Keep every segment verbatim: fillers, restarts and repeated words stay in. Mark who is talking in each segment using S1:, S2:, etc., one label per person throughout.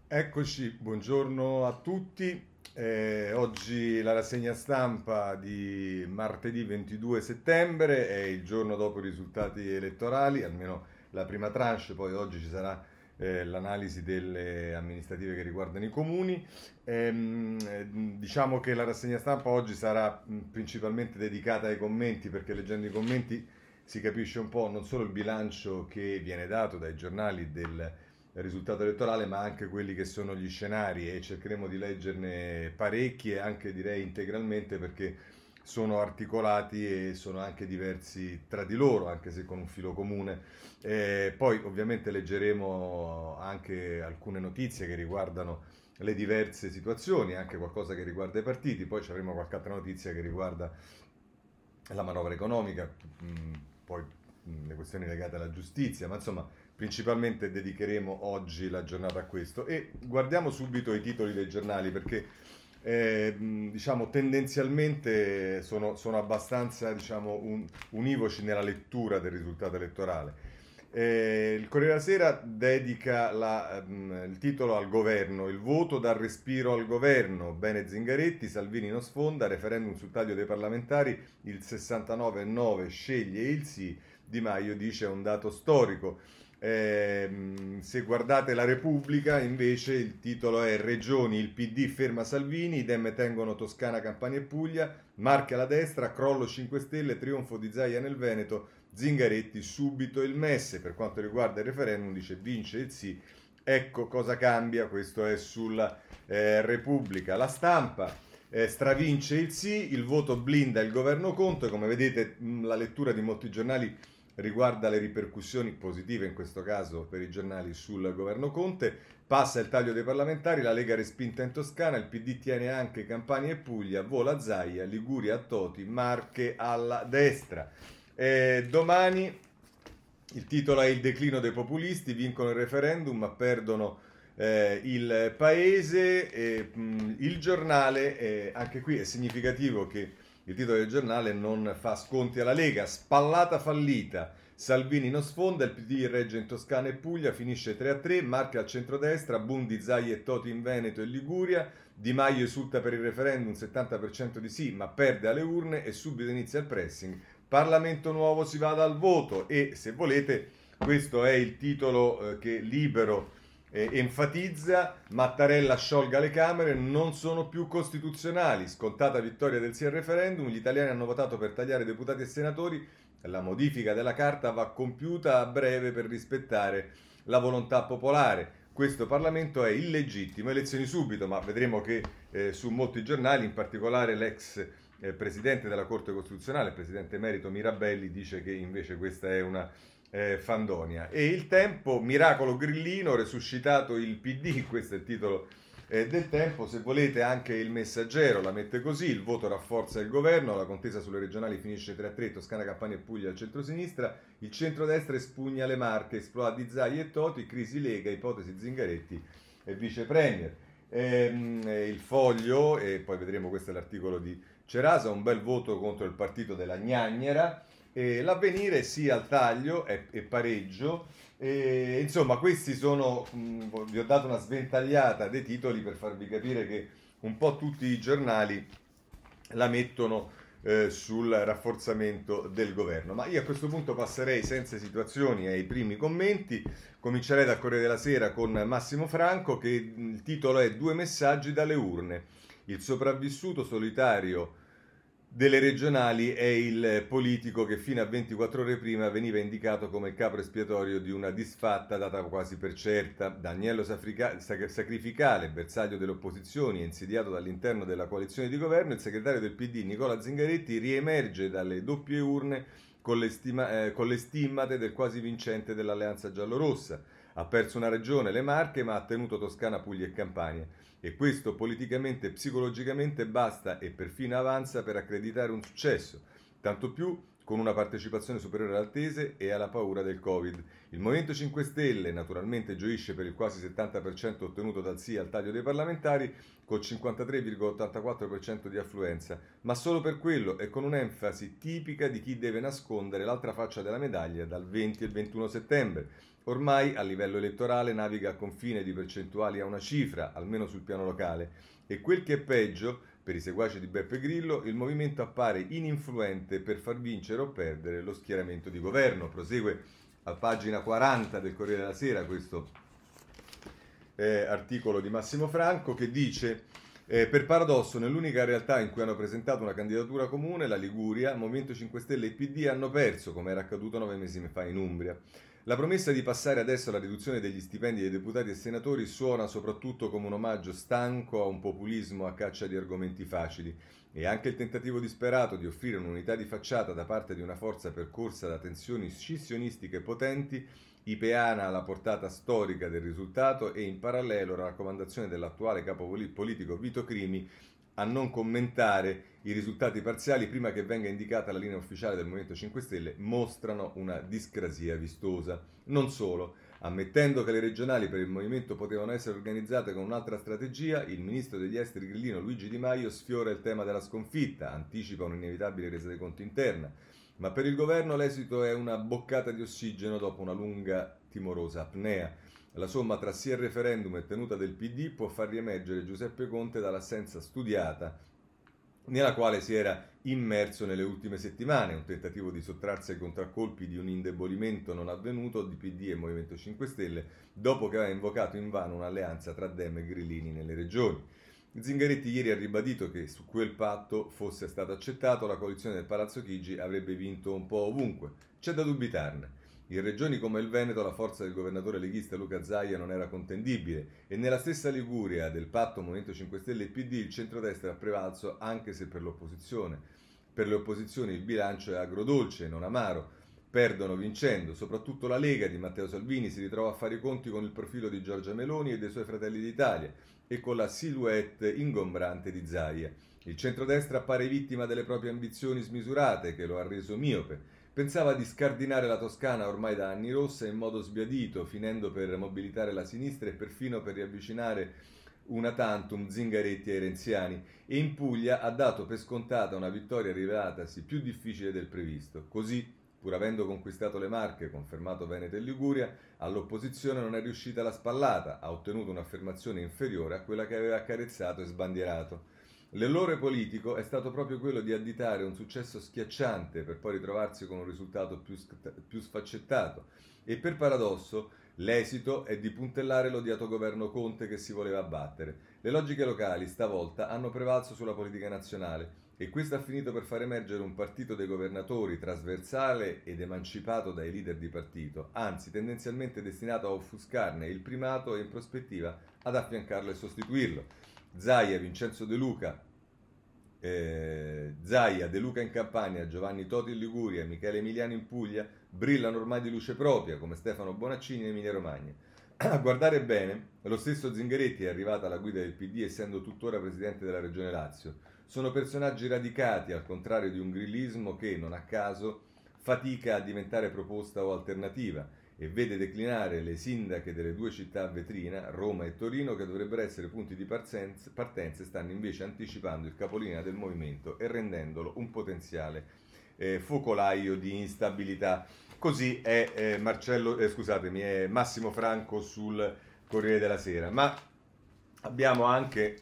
S1: Eccoci, buongiorno a tutti. Eh, oggi la rassegna stampa di martedì ventidue settembre è il giorno dopo i risultati elettorali, almeno la prima tranche, poi oggi ci sarà eh, l'analisi delle amministrative che riguardano i comuni. Ehm, eh, diciamo che la rassegna stampa oggi sarà mh, principalmente dedicata ai commenti, perché leggendo i commenti si capisce un po' non solo il bilancio che viene dato dai giornali del risultato elettorale, ma anche quelli che sono gli scenari, e cercheremo di leggerne parecchi e anche direi integralmente, perché sono articolati e sono anche diversi tra di loro, anche se con un filo comune. Eh, poi ovviamente leggeremo anche alcune notizie che riguardano le diverse situazioni, anche qualcosa che riguarda i partiti, poi ci avremo qualche altra notizia che riguarda la manovra economica, mh, poi mh, le questioni legate alla giustizia, ma insomma principalmente dedicheremo oggi la giornata a questo. E guardiamo subito i titoli dei giornali, perché eh, mh, diciamo tendenzialmente sono, sono abbastanza diciamo, un- univoci nella lettura del risultato elettorale. Eh, il Corriere della Sera dedica la, ehm, il titolo al governo, il voto dà respiro al governo, bene Zingaretti, Salvini non sfonda, referendum sul taglio dei parlamentari, il sessantanove virgola nove sceglie il sì, Di Maio dice è un dato storico. Ehm, se guardate la Repubblica invece il titolo è Regioni, il P D ferma Salvini, i Dem tengono Toscana, Campania e Puglia, Marche alla destra, crollo cinque Stelle, trionfo di Zaia nel Veneto, Zingaretti subito il MES. Per quanto riguarda il referendum dice vince il sì, ecco cosa cambia, questo è sulla eh, Repubblica. La Stampa eh, stravince il sì, il voto blinda il governo Conte, come vedete mh, la lettura di molti giornali riguarda le ripercussioni positive in questo caso per i giornali sul governo Conte. Passa il taglio dei parlamentari, la Lega respinta in Toscana, il P D tiene anche Campania e Puglia, vola Zaia, Liguria a Toti, Marche alla destra. Eh, domani il titolo è il declino dei populisti, vincono il referendum ma perdono eh, il paese. Eh, mh, il giornale, eh, anche qui è significativo che il titolo del giornale non fa sconti alla Lega, spallata fallita, Salvini non sfonda, il P D regge in Toscana e Puglia, finisce tre a tre, Marche al centrodestra, Bundi, Zai e Toti in Veneto e Liguria, Di Maio esulta per il referendum, settanta per cento di sì, ma perde alle urne e subito inizia il pressing. Parlamento nuovo, si vada al voto. E se volete questo è il titolo eh, che Libero eh, enfatizza: Mattarella sciolga le Camere, non sono più costituzionali, scontata vittoria del sì al referendum, gli italiani hanno votato per tagliare deputati e senatori, la modifica della carta va compiuta a breve per rispettare la volontà popolare. Questo Parlamento è illegittimo, elezioni subito, ma vedremo che eh, su molti giornali, in particolare l'ex eh, presidente della Corte Costituzionale, il presidente emerito Mirabelli, dice che invece questa è una eh, fandonia. E il Tempo, miracolo grillino, resuscitato il P D, questo è il titolo eh, del Tempo. Se volete anche il Messaggero la mette così: il voto rafforza il governo, la contesa sulle regionali finisce tre a tre, Toscana, Campania e Puglia al centrosinistra, il centrodestra espugna le Marche, esplodi Zai e Toti, crisi Lega, ipotesi Zingaretti e vice premier. Ehm, eh, il Foglio, e poi vedremo, questo è l'articolo di Cerasa, un bel voto contro il partito della Gnagnera. E l'Avvenire sì al taglio e, e pareggio. E, insomma, questi sono, mh, vi ho dato una sventagliata dei titoli per farvi capire che un po' tutti i giornali la mettono eh, sul rafforzamento del governo. Ma io a questo punto passerei senza situazioni ai primi commenti. Comincerei dal Corriere della Sera con Massimo Franco, che il titolo è Due messaggi dalle urne. Il sopravvissuto solitario delle regionali è il politico che fino a ventiquattro ore prima veniva indicato come il capo espiatorio di una disfatta data quasi per certa. Da agnello sacrificale, bersaglio delle opposizioni e insidiato dall'interno della coalizione di governo, il segretario del P D Nicola Zingaretti riemerge dalle doppie urne con le, stima, eh, con le stimmate del quasi vincente dell'alleanza giallorossa. Ha perso una regione, le Marche, ma ha tenuto Toscana, Puglia e Campania. E questo politicamente e psicologicamente basta e perfino avanza per accreditare un successo, tanto più con una partecipazione superiore alle attese e alla paura del Covid. Il Movimento cinque Stelle naturalmente gioisce per il quasi settanta per cento ottenuto dal sì al taglio dei parlamentari, col cinquantatré virgola ottantaquattro per cento di affluenza, ma solo per quello e con un'enfasi tipica di chi deve nascondere l'altra faccia della medaglia dal venti al ventuno settembre. Ormai a livello elettorale naviga a confine di percentuali a una cifra, almeno sul piano locale, e quel che è peggio, per i seguaci di Beppe Grillo, il movimento appare ininfluente per far vincere o perdere lo schieramento di governo. Prosegue a pagina quaranta del Corriere della Sera questo eh, articolo di Massimo Franco che dice: eh, per paradosso, nell'unica realtà in cui hanno presentato una candidatura comune, la Liguria, Movimento cinque Stelle e P D hanno perso, come era accaduto nove mesi fa in Umbria. La promessa di passare adesso alla riduzione degli stipendi dei deputati e senatori suona soprattutto come un omaggio stanco a un populismo a caccia di argomenti facili, e anche il tentativo disperato di offrire un'unità di facciata da parte di una forza percorsa da tensioni scissionistiche potenti ipeana la portata storica del risultato e in parallelo la raccomandazione dell'attuale capo politico Vito Crimi a non commentare i risultati parziali prima che venga indicata la linea ufficiale del Movimento cinque Stelle mostrano una discrasia vistosa. Non solo, ammettendo che le regionali per il Movimento potevano essere organizzate con un'altra strategia, il ministro degli esteri grillino Luigi Di Maio sfiora il tema della sconfitta, anticipa un'inevitabile resa dei conti interna, ma per il governo l'esito è una boccata di ossigeno dopo una lunga timorosa apnea. La somma tra sì e referendum e tenuta del P D può far riemergere Giuseppe Conte dall'assenza studiata nella quale si era immerso nelle ultime settimane, un tentativo di sottrarsi ai contraccolpi di un indebolimento non avvenuto di P D e Movimento cinque Stelle, dopo che aveva invocato invano un'alleanza tra Dem e Grillini nelle regioni. Zingaretti ieri ha ribadito che su quel patto fosse stato accettato, la coalizione del Palazzo Chigi avrebbe vinto un po' ovunque. C'è da dubitarne. In regioni come il Veneto la forza del governatore leghista Luca Zaia non era contendibile e nella stessa Liguria del patto Movimento cinque Stelle e P D il centrodestra ha prevalso anche se per l'opposizione. Per le opposizioni il bilancio è agrodolce e non amaro. Perdono vincendo, soprattutto la Lega di Matteo Salvini si ritrova a fare i conti con il profilo di Giorgia Meloni e dei suoi Fratelli d'Italia e con la silhouette ingombrante di Zaia. Il centrodestra appare vittima delle proprie ambizioni smisurate che lo ha reso miope. Pensava di scardinare la Toscana ormai da anni rossa in modo sbiadito, finendo per mobilitare la sinistra e perfino per riavvicinare una tantum Zingaretti ai renziani, e in Puglia ha dato per scontata una vittoria rivelatasi più difficile del previsto. Così, pur avendo conquistato le Marche, confermato Veneto e Liguria, all'opposizione non è riuscita la spallata, ha ottenuto un'affermazione inferiore a quella che aveva accarezzato e sbandierato. L'errore politico è stato proprio quello di additare un successo schiacciante per poi ritrovarsi con un risultato più, più sfaccettato e per paradosso l'esito è di puntellare l'odiato governo Conte che si voleva abbattere. Le logiche locali stavolta hanno prevalso sulla politica nazionale e questo ha finito per far emergere un partito dei governatori trasversale ed emancipato dai leader di partito, anzi tendenzialmente destinato a offuscarne il primato e in prospettiva ad affiancarlo e sostituirlo. Zaia, Vincenzo De Luca, eh, Zaia, De Luca in Campania, Giovanni Toti in Liguria, Michele Emiliano in Puglia brillano ormai di luce propria come Stefano Bonaccini in Emilia Romagna. A guardare bene, lo stesso Zingaretti è arrivato alla guida del P D essendo tuttora presidente della Regione Lazio. Sono personaggi radicati al contrario di un grillismo che, non a caso, fatica a diventare proposta o alternativa e vede declinare le sindache delle due città vetrina, Roma e Torino, che dovrebbero essere punti di partenza, partenza stanno invece anticipando il capolinea del movimento e rendendolo un potenziale eh, focolaio di instabilità. Così è eh, Marcello, eh, scusatemi, è Massimo Franco sul Corriere della Sera. Ma abbiamo anche,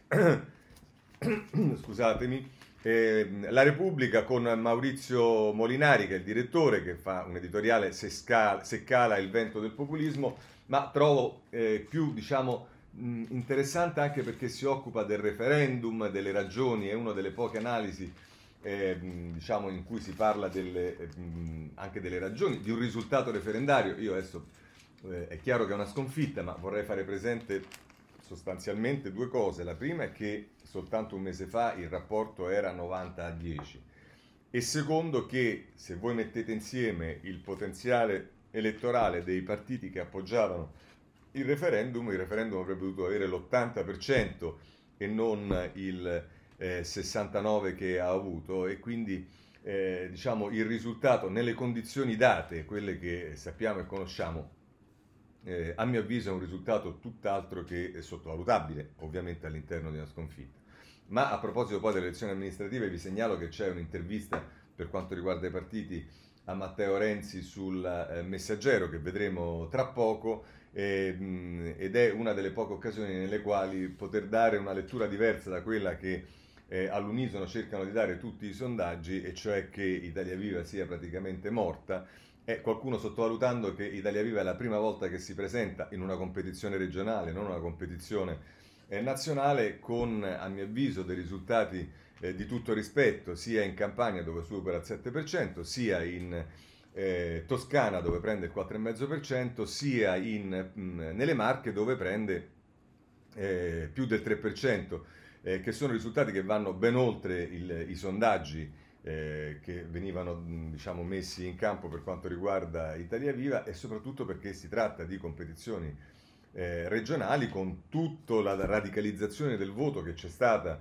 S1: scusatemi, Eh, La Repubblica con Maurizio Molinari che è il direttore, che fa un editoriale se, scala, se cala il vento del populismo, ma trovo eh, più diciamo mh, interessante anche perché si occupa del referendum, delle ragioni, è una delle poche analisi eh, diciamo in cui si parla delle, mh, anche delle ragioni di un risultato referendario. Io adesso eh, è chiaro che è una sconfitta, ma vorrei fare presente sostanzialmente due cose. La prima è che soltanto un mese fa il rapporto era novanta a dieci e secondo che se voi mettete insieme il potenziale elettorale dei partiti che appoggiavano il referendum, il referendum avrebbe dovuto avere l'ottanta per cento e non il eh, sessantanove per cento che ha avuto, e quindi eh, diciamo il risultato nelle condizioni date, quelle che sappiamo e conosciamo, Eh, a mio avviso è un risultato tutt'altro che sottovalutabile, ovviamente all'interno di una sconfitta. Ma a proposito poi delle elezioni amministrative vi segnalo che c'è un'intervista per quanto riguarda i partiti a Matteo Renzi sul eh, Messaggero, che vedremo tra poco, eh, mh, ed è una delle poche occasioni nelle quali poter dare una lettura diversa da quella che eh, all'unisono cercano di dare tutti i sondaggi, e cioè che Italia Viva sia praticamente morta. E qualcuno sottovalutando che Italia Viva è la prima volta che si presenta in una competizione regionale, non una competizione eh, nazionale, con, a mio avviso, dei risultati eh, di tutto rispetto, sia in Campania dove supera il sette per cento, sia in eh, Toscana dove prende il quattro virgola cinque per cento, sia in, mh, nelle Marche dove prende eh, più del tre per cento, eh, che sono risultati che vanno ben oltre il, i sondaggi eh, che venivano diciamo, messi in campo per quanto riguarda Italia Viva, e soprattutto perché si tratta di competizioni eh, regionali, con tutta la radicalizzazione del voto che c'è stata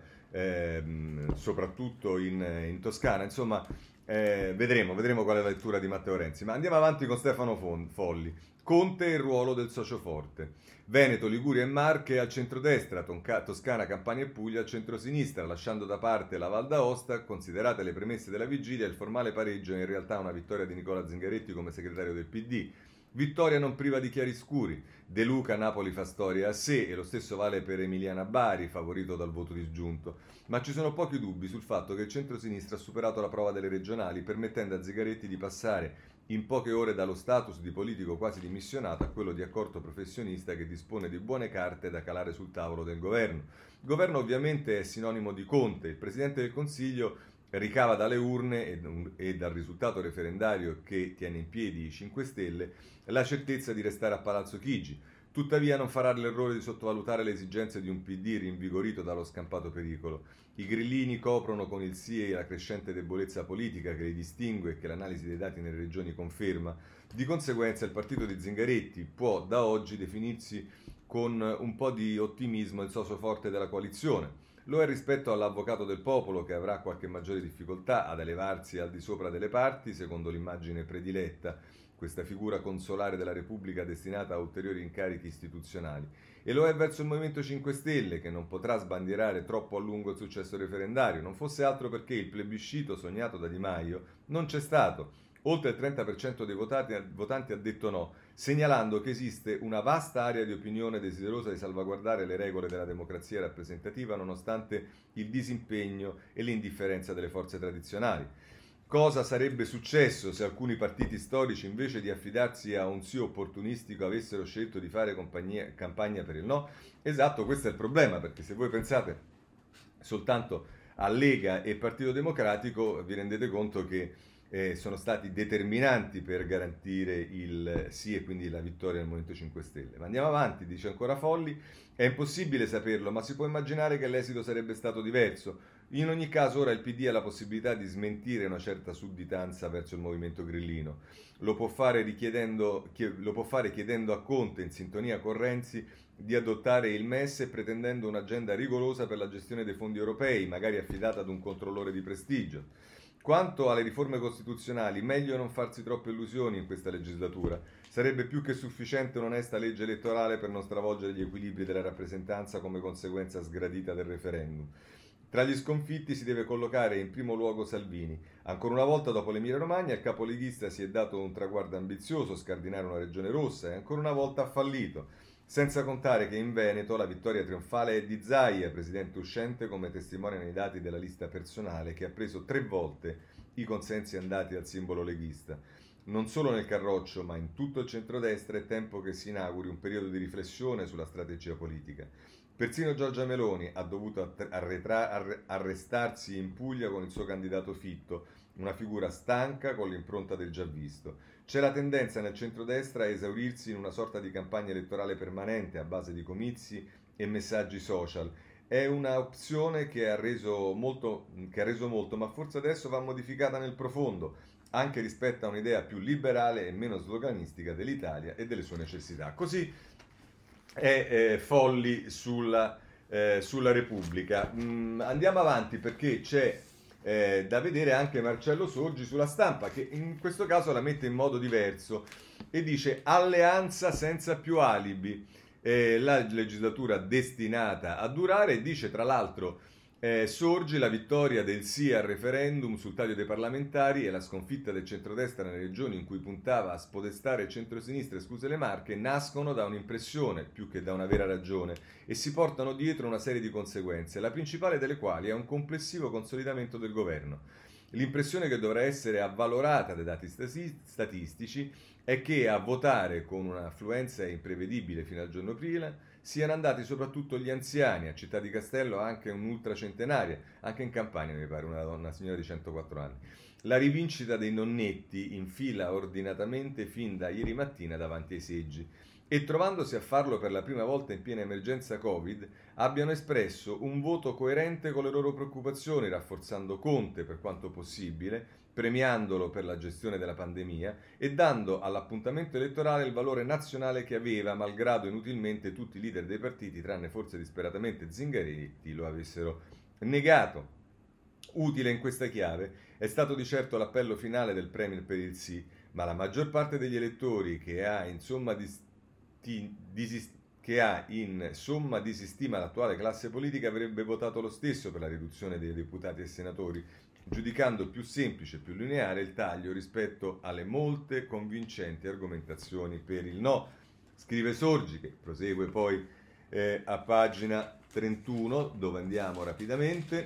S1: ehm, soprattutto in, in Toscana. Insomma, eh, vedremo, vedremo qual è la lettura di Matteo Renzi. Ma andiamo avanti con Stefano Folli. Conte e il ruolo del socio forte. Veneto, Liguria e Marche al centrodestra, Toscana, Campania e Puglia al centrosinistra, lasciando da parte la Val d'Aosta. Considerate le premesse della vigilia, il formale pareggio è in realtà una vittoria di Nicola Zingaretti come segretario del P D. Vittoria non priva di chiaroscuri. De Luca, Napoli fa storia a sé, e lo stesso vale per Emiliana Bari, favorito dal voto disgiunto. Ma ci sono pochi dubbi sul fatto che il centrosinistra ha superato la prova delle regionali, permettendo a Zingaretti di passare in poche ore dallo status di politico quasi dimissionato a quello di accorto professionista che dispone di buone carte da calare sul tavolo del governo. Il governo ovviamente è sinonimo di Conte. Il Presidente del Consiglio ricava dalle urne e, e dal risultato referendario che tiene in piedi i cinque Stelle la certezza di restare a Palazzo Chigi. Tuttavia non farà l'errore di sottovalutare le esigenze di un P D rinvigorito dallo scampato pericolo. I grillini coprono con il sì e la crescente debolezza politica che li distingue e che l'analisi dei dati nelle regioni conferma. Di conseguenza il partito di Zingaretti può da oggi definirsi con un po' di ottimismo il socio forte della coalizione. Lo è rispetto all'avvocato del popolo, che avrà qualche maggiore difficoltà ad elevarsi al di sopra delle parti, secondo l'immagine prediletta, questa figura consolare della Repubblica destinata a ulteriori incarichi istituzionali. E lo è verso il Movimento cinque Stelle, che non potrà sbandierare troppo a lungo il successo referendario, non fosse altro perché il plebiscito sognato da Di Maio non c'è stato. Oltre il trenta per cento dei votati, votanti ha detto no, segnalando che esiste una vasta area di opinione desiderosa di salvaguardare le regole della democrazia rappresentativa nonostante il disimpegno e l'indifferenza delle forze tradizionali. Cosa sarebbe successo se alcuni partiti storici, invece di affidarsi a un sì opportunistico, avessero scelto di fare compagnia, campagna per il no? Esatto, questo è il problema, perché se voi pensate soltanto a Lega e Partito Democratico, vi rendete conto che eh, sono stati determinanti per garantire il sì e quindi la vittoria del Movimento cinque Stelle. Ma andiamo avanti, dice ancora Folli, è impossibile saperlo, ma si può immaginare che l'esito sarebbe stato diverso. In ogni caso ora il P D ha la possibilità di smentire una certa sudditanza verso il movimento grillino. Lo può fare, richiedendo, lo può fare chiedendo a Conte, in sintonia con Renzi, di adottare il M E S e pretendendo un'agenda rigorosa per la gestione dei fondi europei, magari affidata ad un controllore di prestigio. Quanto alle riforme costituzionali, meglio non farsi troppe illusioni in questa legislatura. Sarebbe più che sufficiente un'onesta legge elettorale per non stravolgere gli equilibri della rappresentanza come conseguenza sgradita del referendum. Tra gli sconfitti si deve collocare in primo luogo Salvini. Ancora una volta dopo l'Emilia Romagna il capoleghista si è dato un traguardo ambizioso, scardinare una regione rossa, e ancora una volta ha fallito. Senza contare che in Veneto la vittoria trionfale è di Zaia, presidente uscente, come testimoniano i dati della lista personale, che ha preso tre volte i consensi andati al simbolo leghista. Non solo nel Carroccio, ma in tutto il centrodestra è tempo che si inauguri un periodo di riflessione sulla strategia politica. Persino Giorgia Meloni ha dovuto arretra- arrestarsi in Puglia con il suo candidato Fitto, una figura stanca con l'impronta del già visto. C'è la tendenza nel centrodestra a esaurirsi in una sorta di campagna elettorale permanente a base di comizi e messaggi social. È un'opzione che ha reso molto, che ha reso molto, ma forse adesso va modificata nel profondo, anche rispetto a un'idea più liberale e meno sloganistica dell'Italia e delle sue necessità. Così è eh, Folli sulla, eh, sulla Repubblica. Mm, andiamo avanti perché c'è eh, da vedere anche Marcello Sorgi sulla Stampa, che in questo caso la mette in modo diverso e dice: alleanza senza più alibi, eh, la legislatura destinata a durare. Dice tra l'altro Eh, sorge la vittoria del sì al referendum sul taglio dei parlamentari e la sconfitta del centrodestra nelle regioni in cui puntava a spodestare il centrosinistra, escluse le Marche, nascono da un'impressione più che da una vera ragione e si portano dietro una serie di conseguenze, la principale delle quali è un complessivo consolidamento del governo. L'impressione che dovrà essere avvalorata dai dati statistici è che a votare con un'affluenza imprevedibile fino al giorno prima siano andati soprattutto gli anziani, a Città di Castello anche un'ultracentenaria, anche in Campania mi pare una donna, una signora di centoquattro anni. La rivincita dei nonnetti in fila ordinatamente fin da ieri mattina davanti ai seggi e trovandosi a farlo per la prima volta in piena emergenza Covid, abbiano espresso un voto coerente con le loro preoccupazioni, rafforzando Conte per quanto possibile, premiandolo per la gestione della pandemia e dando all'appuntamento elettorale il valore nazionale che aveva, malgrado inutilmente tutti i leader dei partiti, tranne forse disperatamente Zingaretti, lo avessero negato. Utile in questa chiave è stato di certo l'appello finale del Premier per il sì, ma la maggior parte degli elettori che ha insomma disti, disist, che ha in somma disistima l'attuale classe politica avrebbe votato lo stesso per la riduzione dei deputati e senatori, giudicando più semplice e più lineare il taglio rispetto alle molte convincenti argomentazioni per il no. Scrive Sorgi, che prosegue poi eh, a pagina trentuno, dove andiamo rapidamente,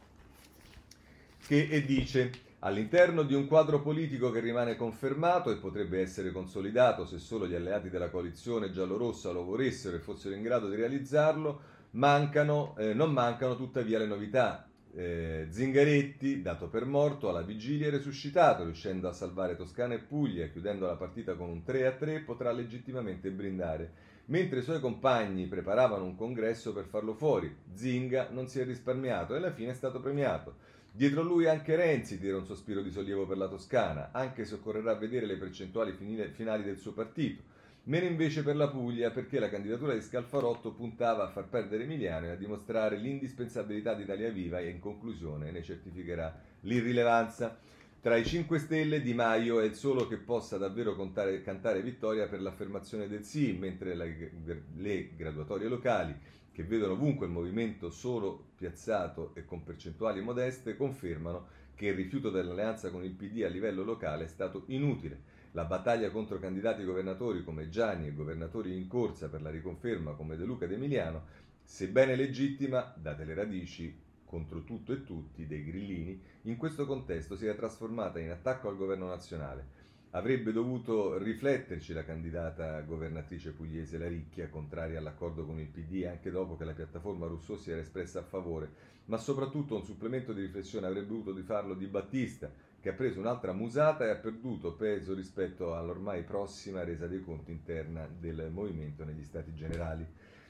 S1: che e dice: all'interno di un quadro politico che rimane confermato e potrebbe essere consolidato se solo gli alleati della coalizione giallorossa lo volessero e fossero in grado di realizzarlo, mancano, eh, non mancano tuttavia le novità. Eh, Zingaretti, dato per morto, alla vigilia è resuscitato, riuscendo a salvare Toscana e Puglia e chiudendo la partita con un tre a tre, potrà legittimamente brindare. Mentre i suoi compagni preparavano un congresso per farlo fuori, Zinga non si è risparmiato e alla fine è stato premiato. Dietro lui anche Renzi tira un sospiro di sollievo per la Toscana, anche se occorrerà vedere le percentuali finali del suo partito. Meno invece per la Puglia, perché la candidatura di Scalfarotto puntava a far perdere Emiliano e a dimostrare l'indispensabilità di Italia Viva e in conclusione ne certificherà l'irrilevanza. Tra i cinque Stelle Di Maio è il solo che possa davvero contare, cantare vittoria per l'affermazione del sì, mentre le, le graduatorie locali, che vedono ovunque il movimento solo piazzato e con percentuali modeste, confermano che il rifiuto dell'alleanza con il P D a livello locale è stato inutile. La battaglia contro candidati governatori come Gianni e governatori in corsa per la riconferma come De Luca ed Emiliano, sebbene legittima, date le radici contro tutto e tutti dei grillini, in questo contesto si è trasformata in attacco al governo nazionale. Avrebbe dovuto rifletterci la candidata governatrice pugliese Laricchia, contraria all'accordo con il P D anche dopo che la piattaforma Rousseau si era espressa a favore, ma soprattutto un supplemento di riflessione avrebbe dovuto di farlo Di Battista, che ha preso un'altra musata e ha perduto peso rispetto all'ormai prossima resa dei conti interna del movimento negli Stati Generali.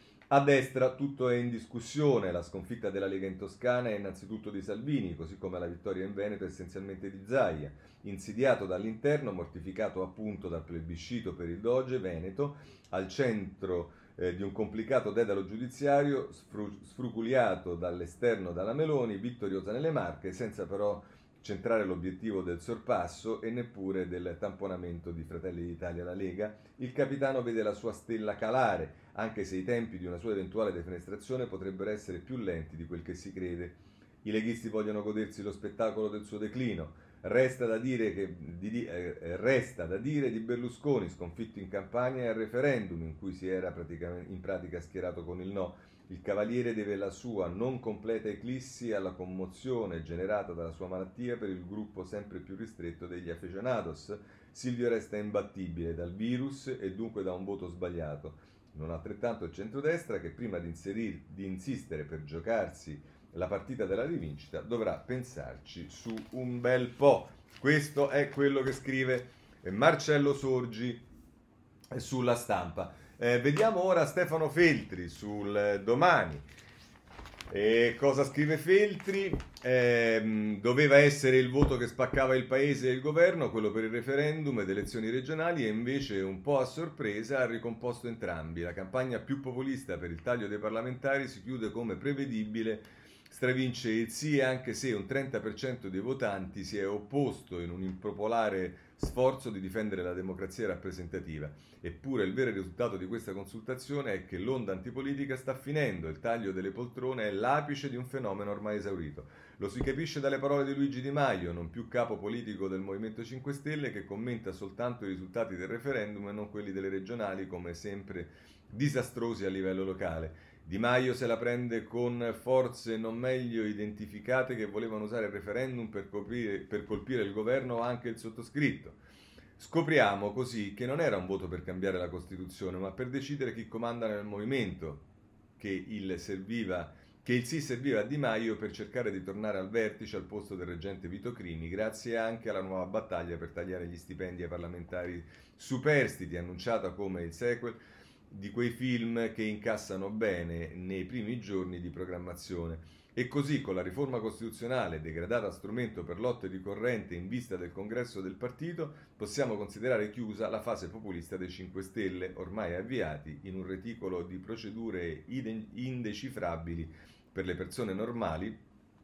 S1: A destra tutto è in discussione, la sconfitta della Lega in Toscana è innanzitutto di Salvini, così come la vittoria in Veneto essenzialmente di Zaia, insidiato dall'interno, mortificato appunto dal plebiscito per il Doge Veneto, al centro eh, di un complicato dedalo giudiziario, sfru- sfruculiato dall'esterno dalla Meloni, vittoriosa nelle Marche, senza però centrare l'obiettivo del sorpasso e neppure del tamponamento di Fratelli d'Italia alla Lega, il capitano vede la sua stella calare, anche se i tempi di una sua eventuale defenestrazione potrebbero essere più lenti di quel che si crede. I leghisti vogliono godersi lo spettacolo del suo declino. Resta da dire, che, di, eh, resta da dire di Berlusconi, sconfitto in campagna e al referendum, in cui si era in pratica schierato con il no. Il Cavaliere deve la sua non completa eclissi alla commozione generata dalla sua malattia per il gruppo sempre più ristretto degli aficionados. Silvio resta imbattibile dal virus e dunque da un voto sbagliato. Non altrettanto il centrodestra, che prima di, inserir, di insistere per giocarsi la partita della rivincita dovrà pensarci su un bel po'. Questo è quello che scrive Marcello Sorgi sulla Stampa. Eh, vediamo ora Stefano Feltri sul Domani. E cosa scrive Feltri? Eh, doveva essere il voto che spaccava il paese e il governo, quello per il referendum ed elezioni regionali, e invece un po' a sorpresa ha ricomposto entrambi. La campagna più populista per il taglio dei parlamentari si chiude come prevedibile stravince il sì, anche se un trenta per cento dei votanti si è opposto in un impopolare sforzo di difendere la democrazia rappresentativa. Eppure il vero risultato di questa consultazione è che l'onda antipolitica sta finendo, il taglio delle poltrone è l'apice di un fenomeno ormai esaurito. Lo si capisce dalle parole di Luigi Di Maio, non più capo politico del Movimento cinque Stelle, che commenta soltanto i risultati del referendum e non quelli delle regionali, come sempre disastrosi a livello locale. Di Maio se la prende con forze non meglio identificate che volevano usare il referendum per colpire, per colpire il governo o anche il sottoscritto. Scopriamo così che non era un voto per cambiare la Costituzione, ma per decidere chi comanda nel movimento, che il, serviva, che il sì serviva a Di Maio per cercare di tornare al vertice al posto del reggente Vito Crimi, grazie anche alla nuova battaglia per tagliare gli stipendi ai parlamentari superstiti, annunciata come il sequel di quei film che incassano bene nei primi giorni di programmazione. E così, con la riforma costituzionale degradata strumento per lotte di corrente in vista del congresso del partito, possiamo considerare chiusa la fase populista dei cinque Stelle, ormai avviati in un reticolo di procedure indecifrabili per le persone normali.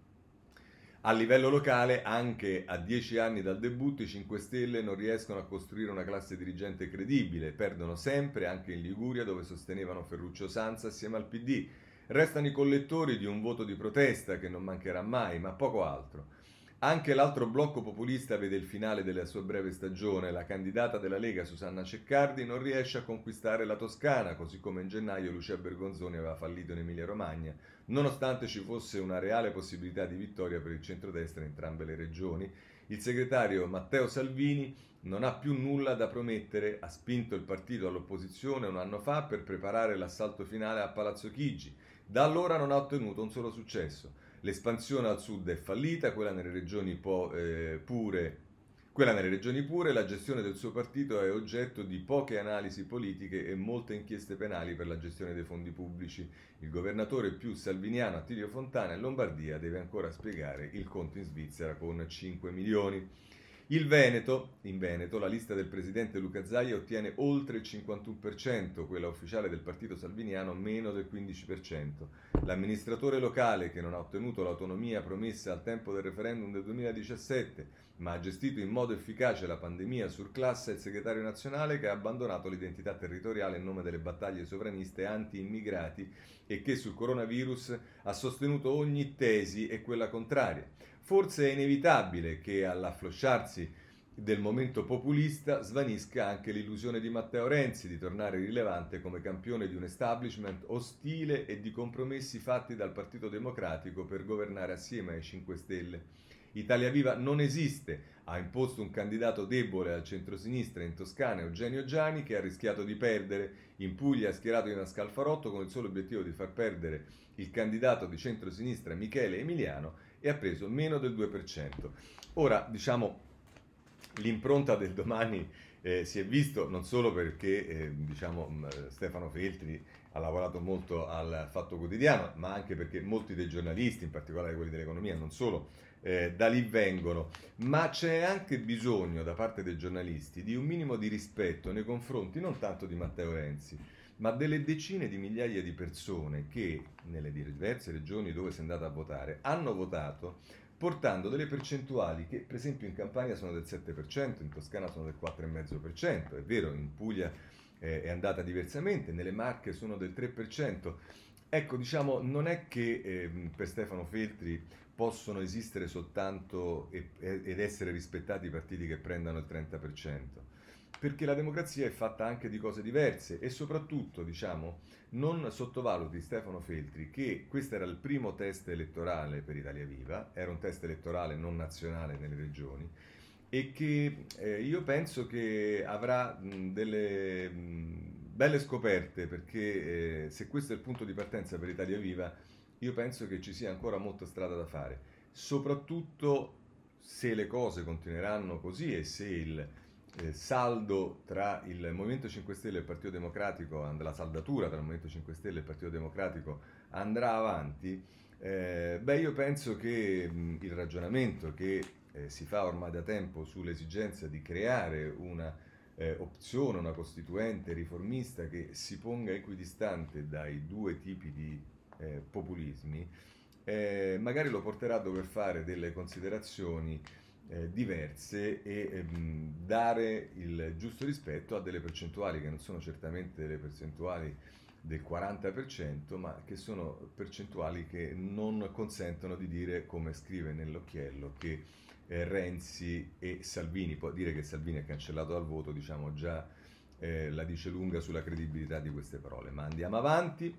S1: A livello locale, anche a dieci anni dal debutto, i cinque Stelle non riescono a costruire una classe dirigente credibile, perdono sempre, anche in Liguria, dove sostenevano Ferruccio Sanza assieme al P D. Restano i collettori di un voto di protesta che non mancherà mai, ma poco altro. Anche l'altro blocco populista vede il finale della sua breve stagione. La candidata della Lega, Susanna Ceccardi, non riesce a conquistare la Toscana, così come in gennaio Lucia Bergonzoni aveva fallito in Emilia-Romagna, nonostante ci fosse una reale possibilità di vittoria per il centrodestra in entrambe le regioni. Il segretario Matteo Salvini non ha più nulla da promettere, ha spinto il partito all'opposizione un anno fa per preparare l'assalto finale a Palazzo Chigi. Da allora non ha ottenuto un solo successo. L'espansione al sud è fallita, quella nelle regioni po- eh, pure Quella nelle regioni pure, la gestione del suo partito è oggetto di poche analisi politiche e molte inchieste penali per la gestione dei fondi pubblici. Il governatore più salviniano Attilio Fontana in Lombardia deve ancora spiegare il conto in Svizzera con cinque milioni. Il Veneto, in Veneto, la lista del presidente Luca Zaia ottiene oltre il cinquantuno per cento, quella ufficiale del partito salviniano meno del quindici per cento. L'amministratore locale, che non ha ottenuto l'autonomia promessa al tempo del referendum del duemiladiciassette, ma ha gestito in modo efficace la pandemia surclasse, è il segretario nazionale che ha abbandonato l'identità territoriale in nome delle battaglie sovraniste anti-immigrati e che sul coronavirus ha sostenuto ogni tesi e quella contraria. Forse è inevitabile che all'afflosciarsi del momento populista svanisca anche l'illusione di Matteo Renzi di tornare rilevante come campione di un establishment ostile e di compromessi fatti dal Partito Democratico per governare assieme ai cinque Stelle. Italia Viva non esiste, ha imposto un candidato debole al centrosinistra in Toscana, Eugenio Giani, che ha rischiato di perdere. In Puglia ha schierato Ina Scalfarotto con il solo obiettivo di far perdere il candidato di centrosinistra Michele Emiliano e ha preso meno del due per cento. Ora, diciamo, l'impronta del Domani eh, si è visto non solo perché eh, diciamo, Stefano Feltri ha lavorato molto al Fatto Quotidiano, ma anche perché molti dei giornalisti, in particolare quelli dell'economia, non solo, eh, da lì vengono, ma c'è anche bisogno da parte dei giornalisti di un minimo di rispetto nei confronti non tanto di Matteo Renzi, ma delle decine di migliaia di persone che nelle diverse regioni dove si è andata a votare hanno votato portando delle percentuali che per esempio in Campania sono del sette per cento, in Toscana sono del quattro virgola cinque per cento, è vero, in Puglia eh, è andata diversamente, nelle Marche sono del tre per cento. Ecco, diciamo, non è che eh, per Stefano Feltri possono esistere soltanto e, ed essere rispettati i partiti che prendano il trenta per cento, perché la democrazia è fatta anche di cose diverse e soprattutto, diciamo, non sottovaluti Stefano Feltri che questo era il primo test elettorale per Italia Viva, era un test elettorale non nazionale nelle regioni e che eh, io penso che avrà mh, delle mh, belle scoperte perché eh, se questo è il punto di partenza per Italia Viva io penso che ci sia ancora molta strada da fare, soprattutto se le cose continueranno così e se il eh, saldo tra il Movimento cinque Stelle e il Partito Democratico, la saldatura tra il Movimento cinque Stelle e il Partito Democratico andrà avanti, eh, beh io penso che mh, il ragionamento che eh, si fa ormai da tempo sull'esigenza di creare una eh, opzione, una costituente riformista che si ponga equidistante dai due tipi di eh, populismi, eh, magari lo porterà a dover fare delle considerazioni eh, diverse e ehm, dare il giusto rispetto a delle percentuali che non sono certamente delle percentuali del quaranta per cento, ma che sono percentuali che non consentono di dire, come scrive nell'occhiello, che eh, Renzi e Salvini, può dire che Salvini è cancellato dal voto, diciamo già eh, la dice lunga sulla credibilità di queste parole. Ma andiamo avanti.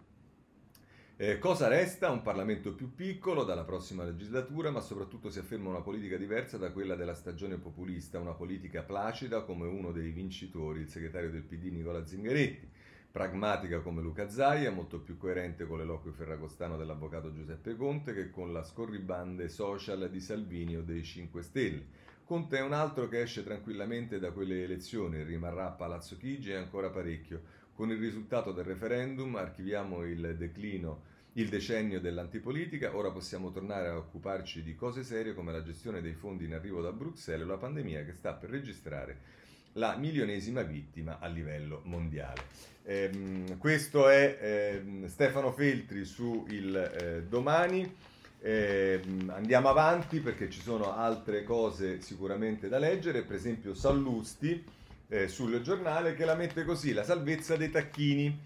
S1: Eh, cosa resta? Un Parlamento più piccolo dalla prossima legislatura, ma soprattutto si afferma una politica diversa da quella della stagione populista, una politica placida come uno dei vincitori, il segretario del P D Nicola Zingaretti, pragmatica come Luca Zaia, molto più coerente con l'eloquio ferragostano dell'avvocato Giuseppe Conte che con la scorribande social di Salvini o dei cinque Stelle. Conte è un altro che esce tranquillamente da quelle elezioni, rimarrà a Palazzo Chigi e ancora parecchio. Con il risultato del referendum archiviamo il declino, il decennio dell'antipolitica, ora possiamo tornare a occuparci di cose serie come la gestione dei fondi in arrivo da Bruxelles o la pandemia che sta per registrare la milionesima vittima a livello mondiale. Ehm, questo è ehm, Stefano Feltri su il eh, Domani. Eh, andiamo avanti perché ci sono altre cose sicuramente da leggere, per esempio Sallusti eh, sul giornale che la mette così: la salvezza dei tacchini.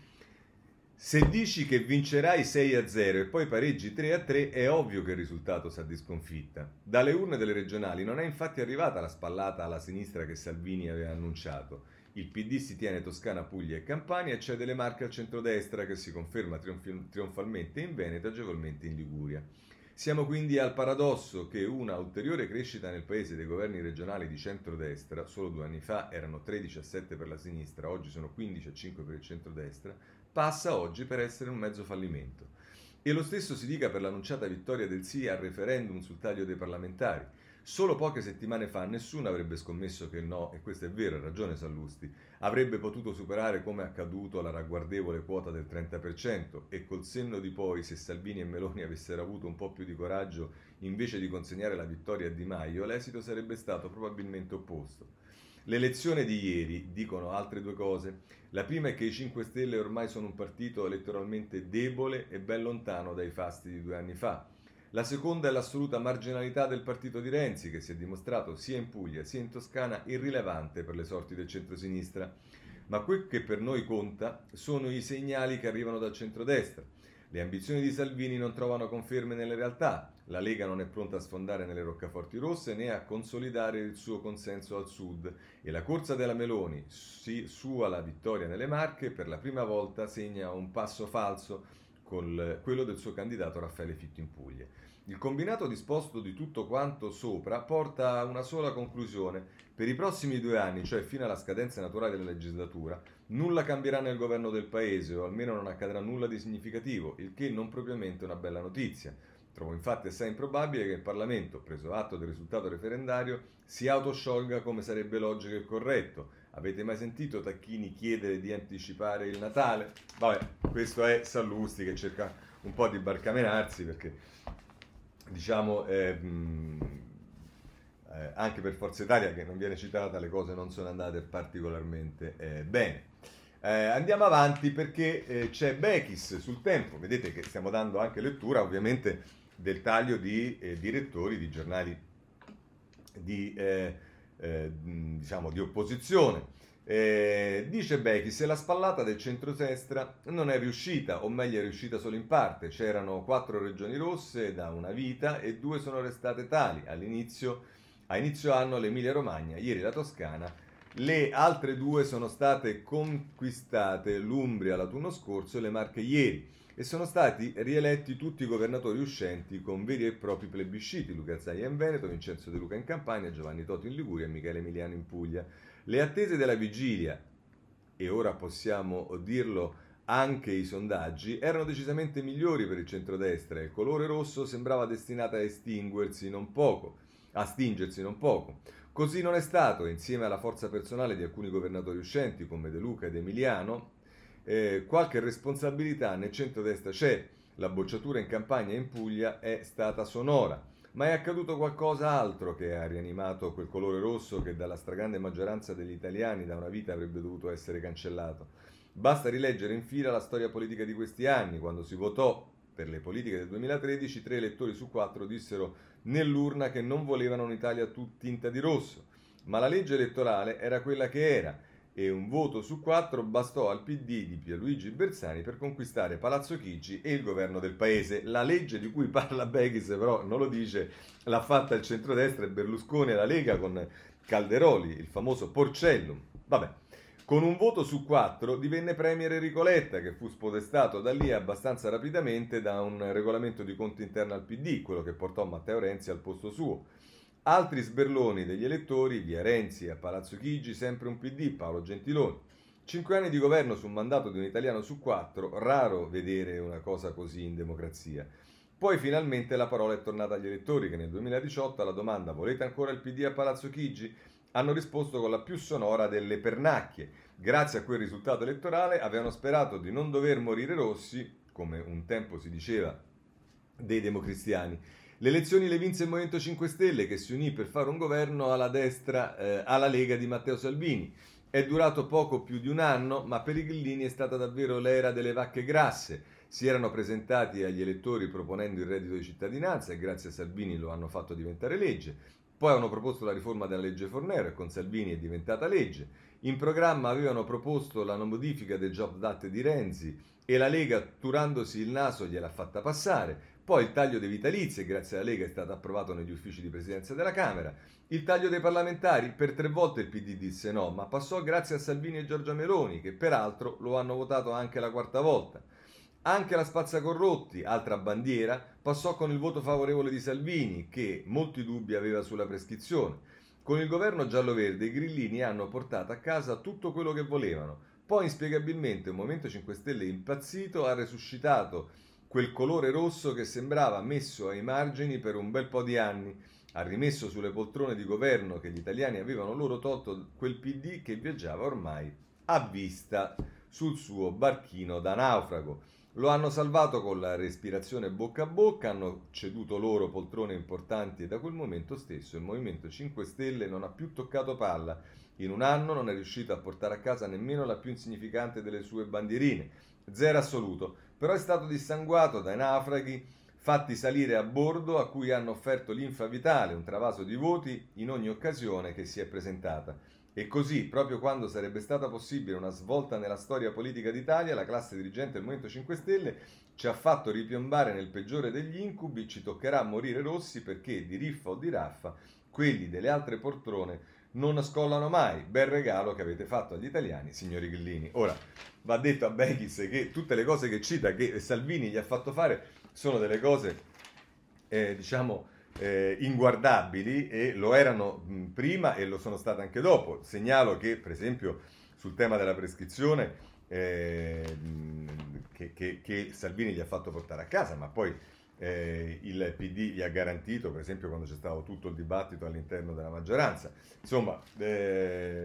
S1: Se dici che vincerai sei a zero e poi pareggi tre a tre, è ovvio che il risultato sa di sconfitta. Dalle urne delle regionali non è infatti arrivata la spallata alla sinistra che Salvini aveva annunciato. Il P D si tiene Toscana, Puglia e Campania e cede le Marche al centrodestra che si conferma trionf- trionfalmente in Veneto e agevolmente in Liguria. Siamo quindi al paradosso che una ulteriore crescita nel paese dei governi regionali di centrodestra, solo due anni fa erano tredici a sette per la sinistra, oggi sono quindici a cinque per il centrodestra, passa oggi per essere un mezzo fallimento. E lo stesso si dica per l'annunciata vittoria del sì al referendum sul taglio dei parlamentari. Solo poche settimane fa nessuno avrebbe scommesso che il no, e questo è vero, ha ragione Sallusti, avrebbe potuto superare come accaduto la ragguardevole quota del trenta per cento e col senno di poi, se Salvini e Meloni avessero avuto un po' più di coraggio invece di consegnare la vittoria a Di Maio, l'esito sarebbe stato probabilmente opposto. L'elezione di ieri dicono altre due cose. La prima è che i cinque Stelle ormai sono un partito elettoralmente debole e ben lontano dai fasti di due anni fa. La seconda è l'assoluta marginalità del partito di Renzi, che si è dimostrato sia in Puglia sia in Toscana irrilevante per le sorti del centrosinistra. Ma quel che per noi conta sono i segnali che arrivano dal centrodestra. Le ambizioni di Salvini non trovano conferme nelle realtà. La Lega non è pronta a sfondare nelle roccaforti rosse né a consolidare il suo consenso al sud. E la corsa della Meloni, si, sua la vittoria nelle Marche, per la prima volta segna un passo falso con quello del suo candidato Raffaele Fitto in Puglia. Il combinato disposto di tutto quanto sopra porta a una sola conclusione. Per i prossimi due anni, cioè fino alla scadenza naturale della legislatura, nulla cambierà nel governo del paese, o almeno non accadrà nulla di significativo, il che non propriamente è una bella notizia. Trovo infatti assai improbabile che il Parlamento, preso atto del risultato referendario, si autosciolga come sarebbe logico e corretto. Avete mai sentito Tacchini chiedere di anticipare il Natale? Vabbè, questo è Sallusti che cerca un po' di barcamenarsi perché, diciamo, eh, mh, eh, anche per Forza Italia, che non viene citata, le cose non sono andate particolarmente eh, bene. Eh, andiamo avanti perché eh, c'è Bechis sul Tempo. Vedete che stiamo dando anche lettura, ovviamente, del taglio di eh, direttori di giornali di... Eh, Eh, diciamo di opposizione. Eh, dice Becchi: se la spallata del centrodestra non è riuscita, o meglio è riuscita solo in parte, c'erano quattro regioni rosse da una vita e due sono restate tali. All'inizio, a inizio anno l'Emilia Romagna, ieri la Toscana, le altre due sono state conquistate, l'Umbria l'autunno scorso e le Marche ieri. E sono stati rieletti tutti i governatori uscenti con veri e propri plebisciti: Luca Zaia in Veneto, Vincenzo De Luca in Campania, Giovanni Toti in Liguria e Michele Emiliano in Puglia. Le attese della vigilia, e ora possiamo dirlo anche i sondaggi, erano decisamente migliori per il centrodestra e il colore rosso sembrava destinato a estinguersi non poco, a stingersi non poco. Così non è stato, e insieme alla forza personale di alcuni governatori uscenti come De Luca ed Emiliano, Eh, qualche responsabilità nel centrodestra c'è. La bocciatura in Campania e in Puglia è stata sonora, ma è accaduto qualcosa altro che ha rianimato quel colore rosso che dalla stragrande maggioranza degli italiani da una vita avrebbe dovuto essere cancellato. Basta rileggere in fila la storia politica di questi anni, quando si votò per le politiche del duemilatredici, tre elettori su quattro dissero nell'urna che non volevano un'Italia tut- tinta di rosso, ma la legge elettorale era quella che era e un voto su quattro bastò al P D di Pierluigi Bersani per conquistare Palazzo Chigi e il governo del paese. La legge di cui parla Beghis però non lo dice, l'ha fatta il centrodestra e Berlusconi e la Lega con Calderoli, il famoso Porcellum. Vabbè. Con un voto su quattro divenne premier Enrico Letta, che fu spodestato da lì abbastanza rapidamente da un regolamento di conti interno al P D, quello che portò Matteo Renzi al posto suo. Altri sberloni degli elettori, via Renzi a Palazzo Chigi, sempre un P D, Paolo Gentiloni. Cinque anni di governo su un mandato di un italiano su quattro, raro vedere una cosa così in democrazia. Poi finalmente la parola è tornata agli elettori che nel duemiladiciotto alla domanda volete ancora il P D a Palazzo Chigi? Hanno risposto con la più sonora delle pernacchie. Grazie a quel risultato elettorale avevano sperato di non dover morire rossi, come un tempo si diceva dei democristiani. Le elezioni le vinse il Movimento cinque Stelle che si unì per fare un governo alla destra, eh, alla Lega di Matteo Salvini. È durato poco più di un anno, ma per i grillini è stata davvero l'era delle vacche grasse. Si erano presentati agli elettori proponendo il reddito di cittadinanza e grazie a Salvini lo hanno fatto diventare legge. Poi hanno proposto la riforma della legge Fornero e con Salvini è diventata legge. In programma avevano proposto la modifica del Jobs Act di Renzi e la Lega, turandosi il naso, gliel'ha fatta passare. Poi il taglio dei vitalizi, grazie alla Lega, è stato approvato negli uffici di presidenza della Camera. Il taglio dei parlamentari, per tre volte il P D disse no, ma passò grazie a Salvini e Giorgia Meloni, che peraltro lo hanno votato anche la quarta volta. Anche la spazzacorrotti, altra bandiera, passò con il voto favorevole di Salvini, che molti dubbi aveva sulla prescrizione. Con il governo giallo-verde i grillini hanno portato a casa tutto quello che volevano. Poi inspiegabilmente un Movimento cinque Stelle impazzito ha resuscitato quel colore rosso che sembrava messo ai margini per un bel po' di anni. Ha rimesso sulle poltrone di governo che gli italiani avevano loro tolto quel P D che viaggiava ormai a vista sul suo barchino da naufrago. Lo hanno salvato con la respirazione bocca a bocca, hanno ceduto loro poltrone importanti e da quel momento stesso il Movimento cinque Stelle non ha più toccato palla. In un anno non è riuscito a portare a casa nemmeno la più insignificante delle sue bandierine. Zero assoluto. Però è stato dissanguato dai naufraghi fatti salire a bordo a cui hanno offerto l'infa vitale, un travaso di voti in ogni occasione che si è presentata. E così, proprio quando sarebbe stata possibile una svolta nella storia politica d'Italia, la classe dirigente del Movimento cinque Stelle ci ha fatto ripiombare nel peggiore degli incubi, ci toccherà morire rossi perché di riffa o di raffa quelli delle altre poltrone non scollano mai. Bel regalo che avete fatto agli italiani, signori grillini. Ora, va detto a Beghis che tutte le cose che cita, che Salvini gli ha fatto fare, sono delle cose, eh, diciamo, eh, inguardabili e lo erano mh, prima e lo sono state anche dopo. Segnalo che, per esempio, sul tema della prescrizione, eh, mh, che, che, che Salvini gli ha fatto portare a casa, ma poi eh, il P D gli ha garantito, per esempio, quando c'è stato tutto il dibattito all'interno della maggioranza. Insomma, eh,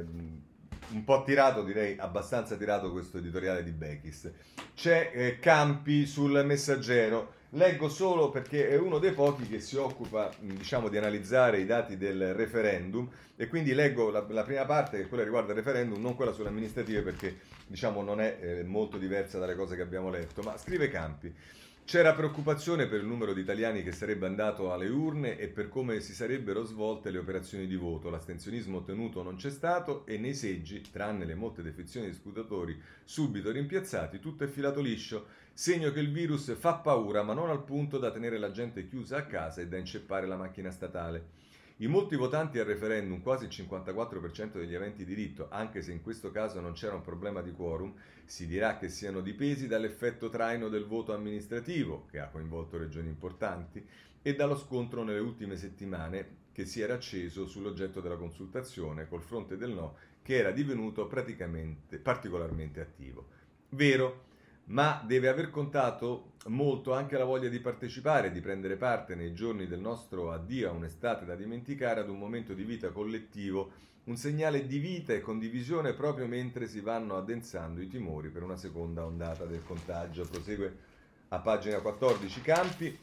S1: un po' tirato, direi abbastanza tirato questo editoriale di Beghis. C'è eh, Campi sul Messaggero. Leggo solo perché è uno dei pochi che si occupa, diciamo, di analizzare i dati del referendum e quindi leggo la, la prima parte, che è quella che riguarda il referendum, non quella sulle amministrative perché, diciamo, non è eh, molto diversa dalle cose che abbiamo letto, ma scrive Campi. C'era preoccupazione per il numero di italiani che sarebbe andato alle urne e per come si sarebbero svolte le operazioni di voto. L'astensionismo ottenuto non c'è stato e nei seggi, tranne le molte defezioni di scrutatori subito rimpiazzati, tutto è filato liscio, segno che il virus fa paura ma non al punto da tenere la gente chiusa a casa e da inceppare la macchina statale. I molti votanti al referendum, quasi il cinquantaquattro per cento degli aventi diritto, anche se in questo caso non c'era un problema di quorum, si dirà che siano dipesi dall'effetto traino del voto amministrativo, che ha coinvolto regioni importanti, e dallo scontro nelle ultime settimane che si era acceso sull'oggetto della consultazione col fronte del no, che era divenuto praticamente particolarmente attivo. Vero, ma deve aver contato molto anche la voglia di partecipare, di prendere parte nei giorni del nostro addio a un'estate da dimenticare ad un momento di vita collettivo, un segnale di vita e condivisione proprio mentre si vanno addensando i timori per una seconda ondata del contagio. Prosegue a pagina quattordici Campi,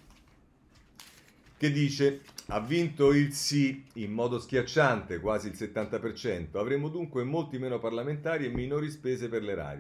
S1: che dice: ha vinto il sì in modo schiacciante, quasi il settanta per cento. Avremo dunque molti meno parlamentari e minori spese per l'erario.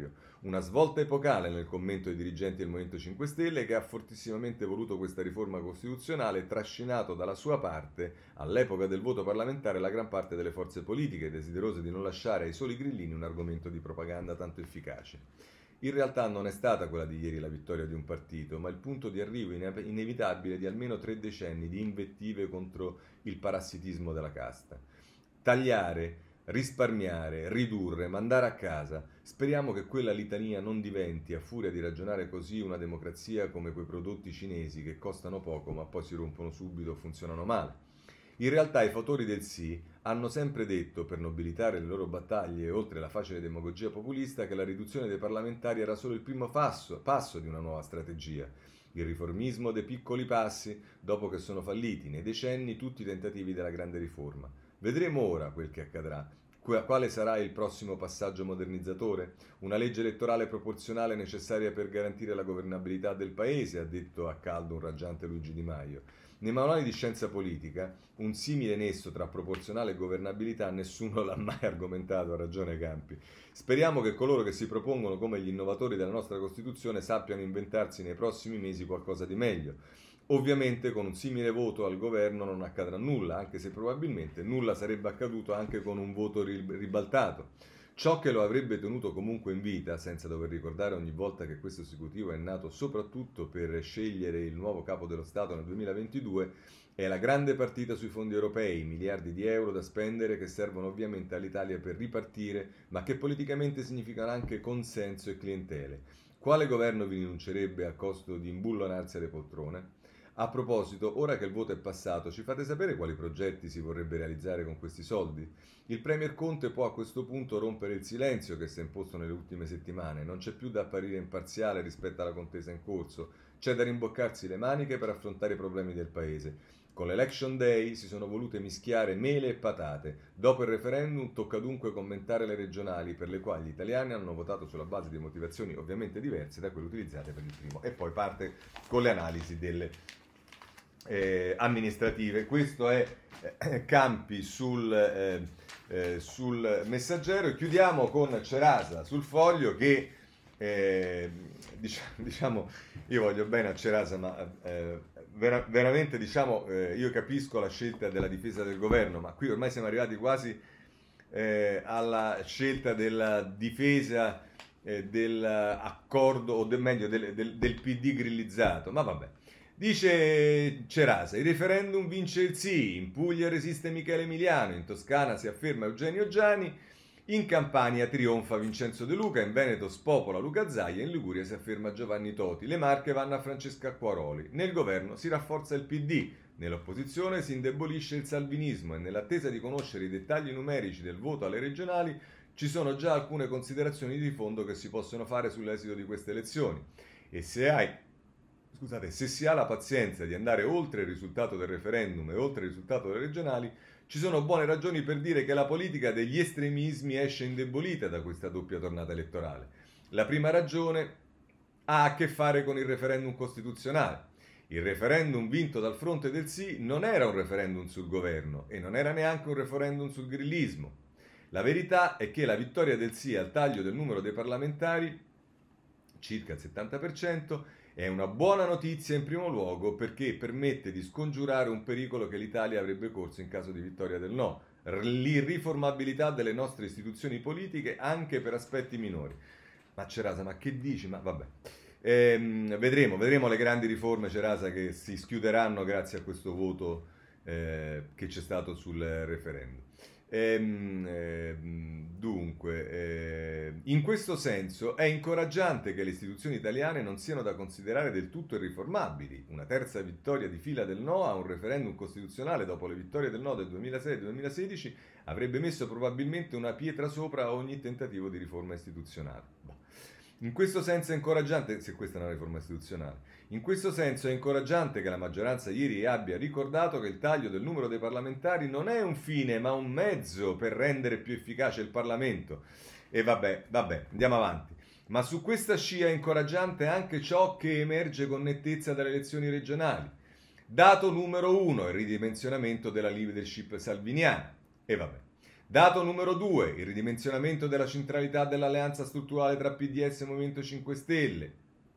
S1: Una svolta epocale nel commento ai dirigenti del Movimento cinque Stelle, che ha fortissimamente voluto questa riforma costituzionale e trascinato dalla sua parte, all'epoca del voto parlamentare, la gran parte delle forze politiche, desiderose di non lasciare ai soli grillini un argomento di propaganda tanto efficace. In realtà non è stata quella di ieri la vittoria di un partito, ma il punto di arrivo ine- inevitabile di almeno tre decenni di invettive contro il parassitismo della casta. Tagliare, risparmiare, ridurre, mandare a casa. Speriamo che quella litania non diventi, a furia di ragionare così, una democrazia come quei prodotti cinesi che costano poco ma poi si rompono subito o funzionano male. In realtà i fautori del sì hanno sempre detto, per nobilitare le loro battaglie oltre la facile demagogia populista, che la riduzione dei parlamentari era solo il primo passo, passo di una nuova strategia. Il riformismo dei piccoli passi, dopo che sono falliti nei decenni tutti i tentativi della grande riforma. Vedremo ora quel che accadrà. Quale sarà il prossimo passaggio modernizzatore? Una legge elettorale proporzionale necessaria per garantire la governabilità del paese, ha detto a caldo un raggiante Luigi Di Maio. Nei manuali di scienza politica, un simile nesso tra proporzionale e governabilità nessuno l'ha mai argomentato, ha ragione Campi. Speriamo che coloro che si propongono come gli innovatori della nostra Costituzione sappiano inventarsi nei prossimi mesi qualcosa di meglio. Ovviamente con un simile voto al governo non accadrà nulla, anche se probabilmente nulla sarebbe accaduto anche con un voto ribaltato. Ciò che lo avrebbe tenuto comunque in vita, senza dover ricordare ogni volta che questo esecutivo è nato soprattutto per scegliere il nuovo capo dello Stato nel duemilaventidue, è la grande partita sui fondi europei, miliardi di euro da spendere che servono ovviamente all'Italia per ripartire, ma che politicamente significano anche consenso e clientele. Quale governo vi rinuncerebbe a costo di imbullonarsi alle poltrone? A proposito, ora che il voto è passato, ci fate sapere quali progetti si vorrebbe realizzare con questi soldi? Il Premier Conte può a questo punto rompere il silenzio che si è imposto nelle ultime settimane, non c'è più da apparire imparziale rispetto alla contesa in corso, c'è da rimboccarsi le maniche per affrontare i problemi del Paese. Con l'Election Day si sono volute mischiare mele e patate. Dopo il referendum tocca dunque commentare le regionali, per le quali gli italiani hanno votato sulla base di motivazioni ovviamente diverse da quelle utilizzate per il primo. E poi parte con le analisi delle eh, amministrative. Questo è eh, Campi sul, eh, eh, sul Messaggero. E chiudiamo con Cerasa sul Foglio che eh, diciamo, diciamo io voglio bene a Cerasa, ma eh, vera, veramente diciamo eh, io capisco la scelta della difesa del governo, ma qui ormai siamo arrivati quasi eh, alla scelta della difesa eh, dell'accordo o del, meglio del, del, del P D grillizzato, ma vabbè. Dice Cerasa, il referendum vince il sì, in Puglia resiste Michele Emiliano, in Toscana si afferma Eugenio Giani, in Campania trionfa Vincenzo De Luca, in Veneto spopola Luca Zaia, in Liguria si afferma Giovanni Toti, le Marche vanno a Francesca Acquaroli, nel governo si rafforza il P D, nell'opposizione si indebolisce il salvinismo e nell'attesa di conoscere i dettagli numerici del voto alle regionali ci sono già alcune considerazioni di fondo che si possono fare sull'esito di queste elezioni. E se hai Scusate, se si ha la pazienza di andare oltre il risultato del referendum e oltre il risultato delle regionali, ci sono buone ragioni per dire che la politica degli estremismi esce indebolita da questa doppia tornata elettorale. La prima ragione ha a che fare con il referendum costituzionale. Il referendum vinto dal fronte del sì non era un referendum sul governo e non era neanche un referendum sul grillismo. La verità è che la vittoria del sì al taglio del numero dei parlamentari, circa il settanta per cento, è una buona notizia in primo luogo perché permette di scongiurare un pericolo che l'Italia avrebbe corso in caso di vittoria del no, l'irriformabilità delle nostre istituzioni politiche anche per aspetti minori. Ma Cerasa, ma che dici? Ma vabbè. Ehm, vedremo, vedremo le grandi riforme, Cerasa, che si schiuderanno grazie a questo voto eh, che c'è stato sul referendum. Ehm, ehm, dunque, eh, in questo senso è incoraggiante che le istituzioni italiane non siano da considerare del tutto irriformabili. Una terza vittoria di fila del no a un referendum costituzionale dopo le vittorie del no del duemilasei e del duemilasedici avrebbe messo probabilmente una pietra sopra a ogni tentativo di riforma istituzionale. Boh. In questo senso è incoraggiante, se questa è una riforma istituzionale, in questo senso è incoraggiante che la maggioranza ieri abbia ricordato che il taglio del numero dei parlamentari non è un fine, ma un mezzo per rendere più efficace il Parlamento. E vabbè, vabbè, andiamo avanti. Ma su questa scia è incoraggiante anche ciò che emerge con nettezza dalle elezioni regionali. Dato numero uno, il ridimensionamento della leadership salviniana. E vabbè. Dato numero due, il ridimensionamento della centralità dell'alleanza strutturale tra P D S e Movimento cinque Stelle.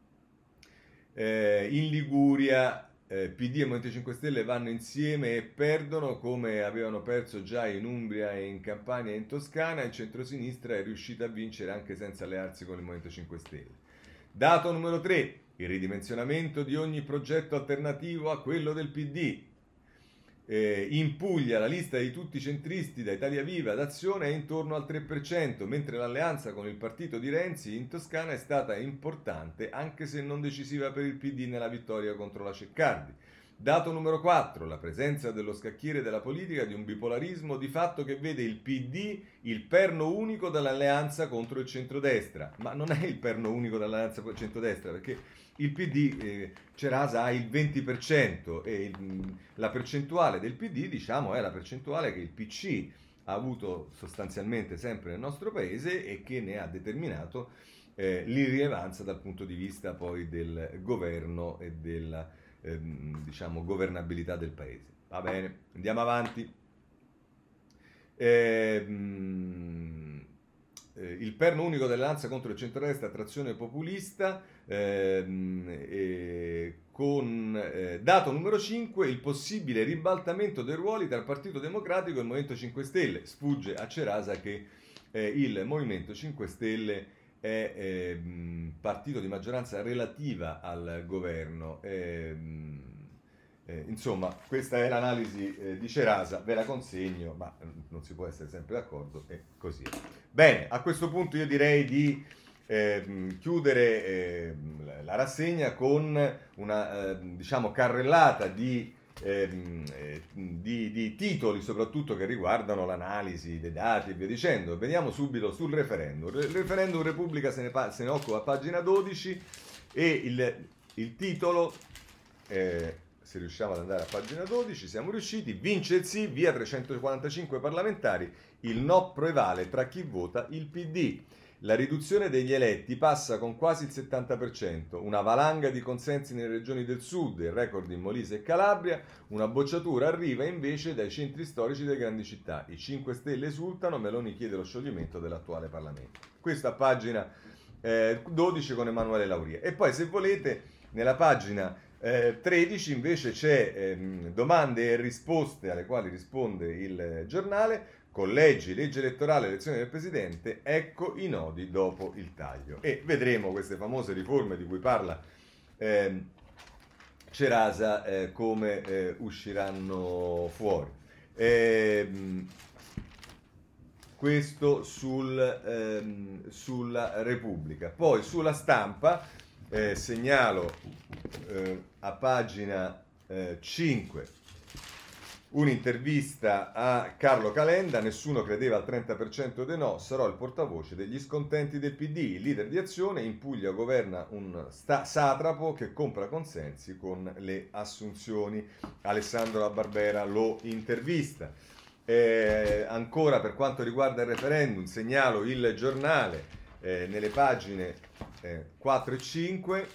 S1: Eh, in Liguria eh, P D e Movimento cinque Stelle vanno insieme e perdono come avevano perso già in Umbria e in Campania e in Toscana. Il centrosinistra è riuscito a vincere anche senza allearsi con il Movimento cinque Stelle. Dato numero tre, il ridimensionamento di ogni progetto alternativo a quello del P D. Eh, in Puglia la lista di tutti i centristi da Italia Viva ad Azione è intorno al tre per cento, mentre l'alleanza con il partito di Renzi in Toscana è stata importante, anche se non decisiva per il P D nella vittoria contro la Ceccardi. Dato numero quattro, la presenza dello scacchiere della politica di un bipolarismo di fatto che vede il P D il perno unico dell'alleanza contro il centrodestra, ma non è il perno unico dell'alleanza contro il centrodestra, perché il P D, eh, Cerasa ha il venti per cento e il, la percentuale del P D, diciamo, è la percentuale che il P C ha avuto sostanzialmente sempre nel nostro paese e che ne ha determinato eh, l'irrilevanza dal punto di vista poi del governo e della ehm, diciamo governabilità del paese. Va bene, andiamo avanti. Ehm, eh, il perno unico dell'alleanza contro il centrodestra, trazione populista. Ehm, eh, con eh, dato numero cinque, il possibile ribaltamento dei ruoli tra il Partito Democratico e il Movimento cinque Stelle. Sfugge a Cerasa che eh, il Movimento cinque Stelle è eh, partito di maggioranza relativa al governo. Eh, eh, insomma, questa è l'analisi eh, di Cerasa, ve la consegno, ma non si può essere sempre d'accordo e così è. Bene, a questo punto io direi di Eh, chiudere eh, la rassegna con una eh, diciamo carrellata di, eh, di, di titoli soprattutto che riguardano l'analisi dei dati e via dicendo. Veniamo subito sul referendum. Il referendum Repubblica se ne, pa- se ne occupa a pagina dodici e il, il titolo, eh, se riusciamo ad andare a pagina dodici, siamo riusciti: vince il sì, via trecentoquarantacinque parlamentari, il no prevale tra chi vota il P D. La riduzione degli eletti passa con quasi il settanta per cento, una valanga di consensi nelle regioni del sud, il record in Molise e Calabria, una bocciatura arriva invece dai centri storici delle grandi città. I cinque Stelle esultano, Meloni chiede lo scioglimento dell'attuale Parlamento. Questa pagina eh, dodici con Emanuele Lauria. E poi se volete nella pagina eh, tredici invece c'è ehm, domande e risposte alle quali risponde il giornale. Collegi, legge elettorale, elezione del Presidente, ecco i nodi dopo il taglio. E vedremo queste famose riforme di cui parla eh, Cerasa eh, come eh, usciranno fuori. Eh, questo sul, ehm, sulla Repubblica. Poi sulla Stampa eh, segnalo eh, a pagina eh, cinque un'intervista a Carlo Calenda. Nessuno credeva al trenta per cento dei no, sarò il portavoce degli scontenti del P D. Il leader di Azione: in Puglia governa un sta- satrapo che compra consensi con le assunzioni. Alessandro La Barbera lo intervista. Eh, ancora per quanto riguarda il referendum segnalo il giornale eh, nelle pagine eh, quattro e cinque.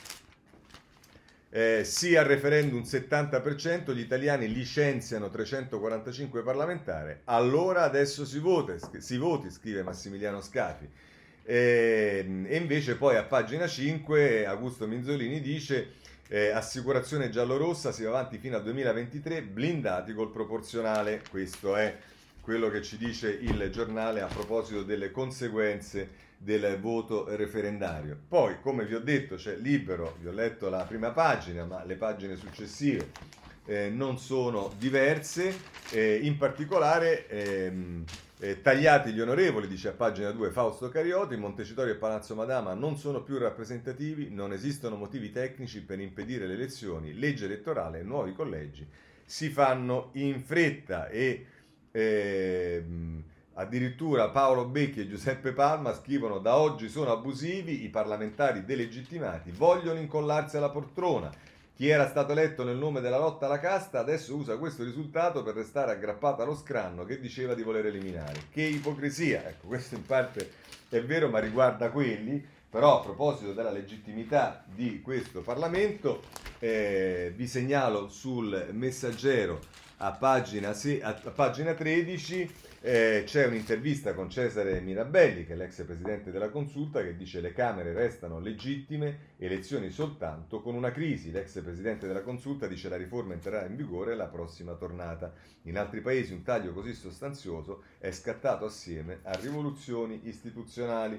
S1: Eh, sì al referendum settanta per cento, gli italiani licenziano trecentoquarantacinque parlamentari, allora adesso si, vota, si voti, scrive Massimiliano Scafi. Eh, e invece poi a pagina cinque Augusto Minzolini dice eh, assicurazione giallorossa, si va avanti fino al duemilaventitré, blindati col proporzionale. Questo è quello che ci dice il giornale a proposito delle conseguenze del voto referendario. Poi, come vi ho detto, c'è Libero, vi ho letto la prima pagina, ma le pagine successive eh, non sono diverse. Eh, in particolare, ehm, eh, tagliati gli onorevoli, dice a pagina due Fausto Carioti, Montecitorio e Palazzo Madama non sono più rappresentativi, non esistono motivi tecnici per impedire le elezioni, legge elettorale e nuovi collegi si fanno in fretta. E ehm, addirittura Paolo Becchi e Giuseppe Palma scrivono: da oggi sono abusivi, i parlamentari delegittimati vogliono incollarsi alla poltrona. Chi era stato eletto nel nome della lotta alla casta adesso usa questo risultato per restare aggrappato allo scranno che diceva di voler eliminare. Che ipocrisia! Ecco, questo in parte è vero, ma riguarda quelli. Però a proposito della legittimità di questo Parlamento, eh, vi segnalo sul Messaggero a pagina, se, a, a pagina tredici Eh, c'è un'intervista con Cesare Mirabelli, che è l'ex presidente della Consulta, che dice: le Camere restano legittime, elezioni soltanto con una crisi. L'ex presidente della Consulta dice: la riforma entrerà in vigore la prossima tornata. In altri paesi un taglio così sostanzioso è scattato assieme a rivoluzioni istituzionali.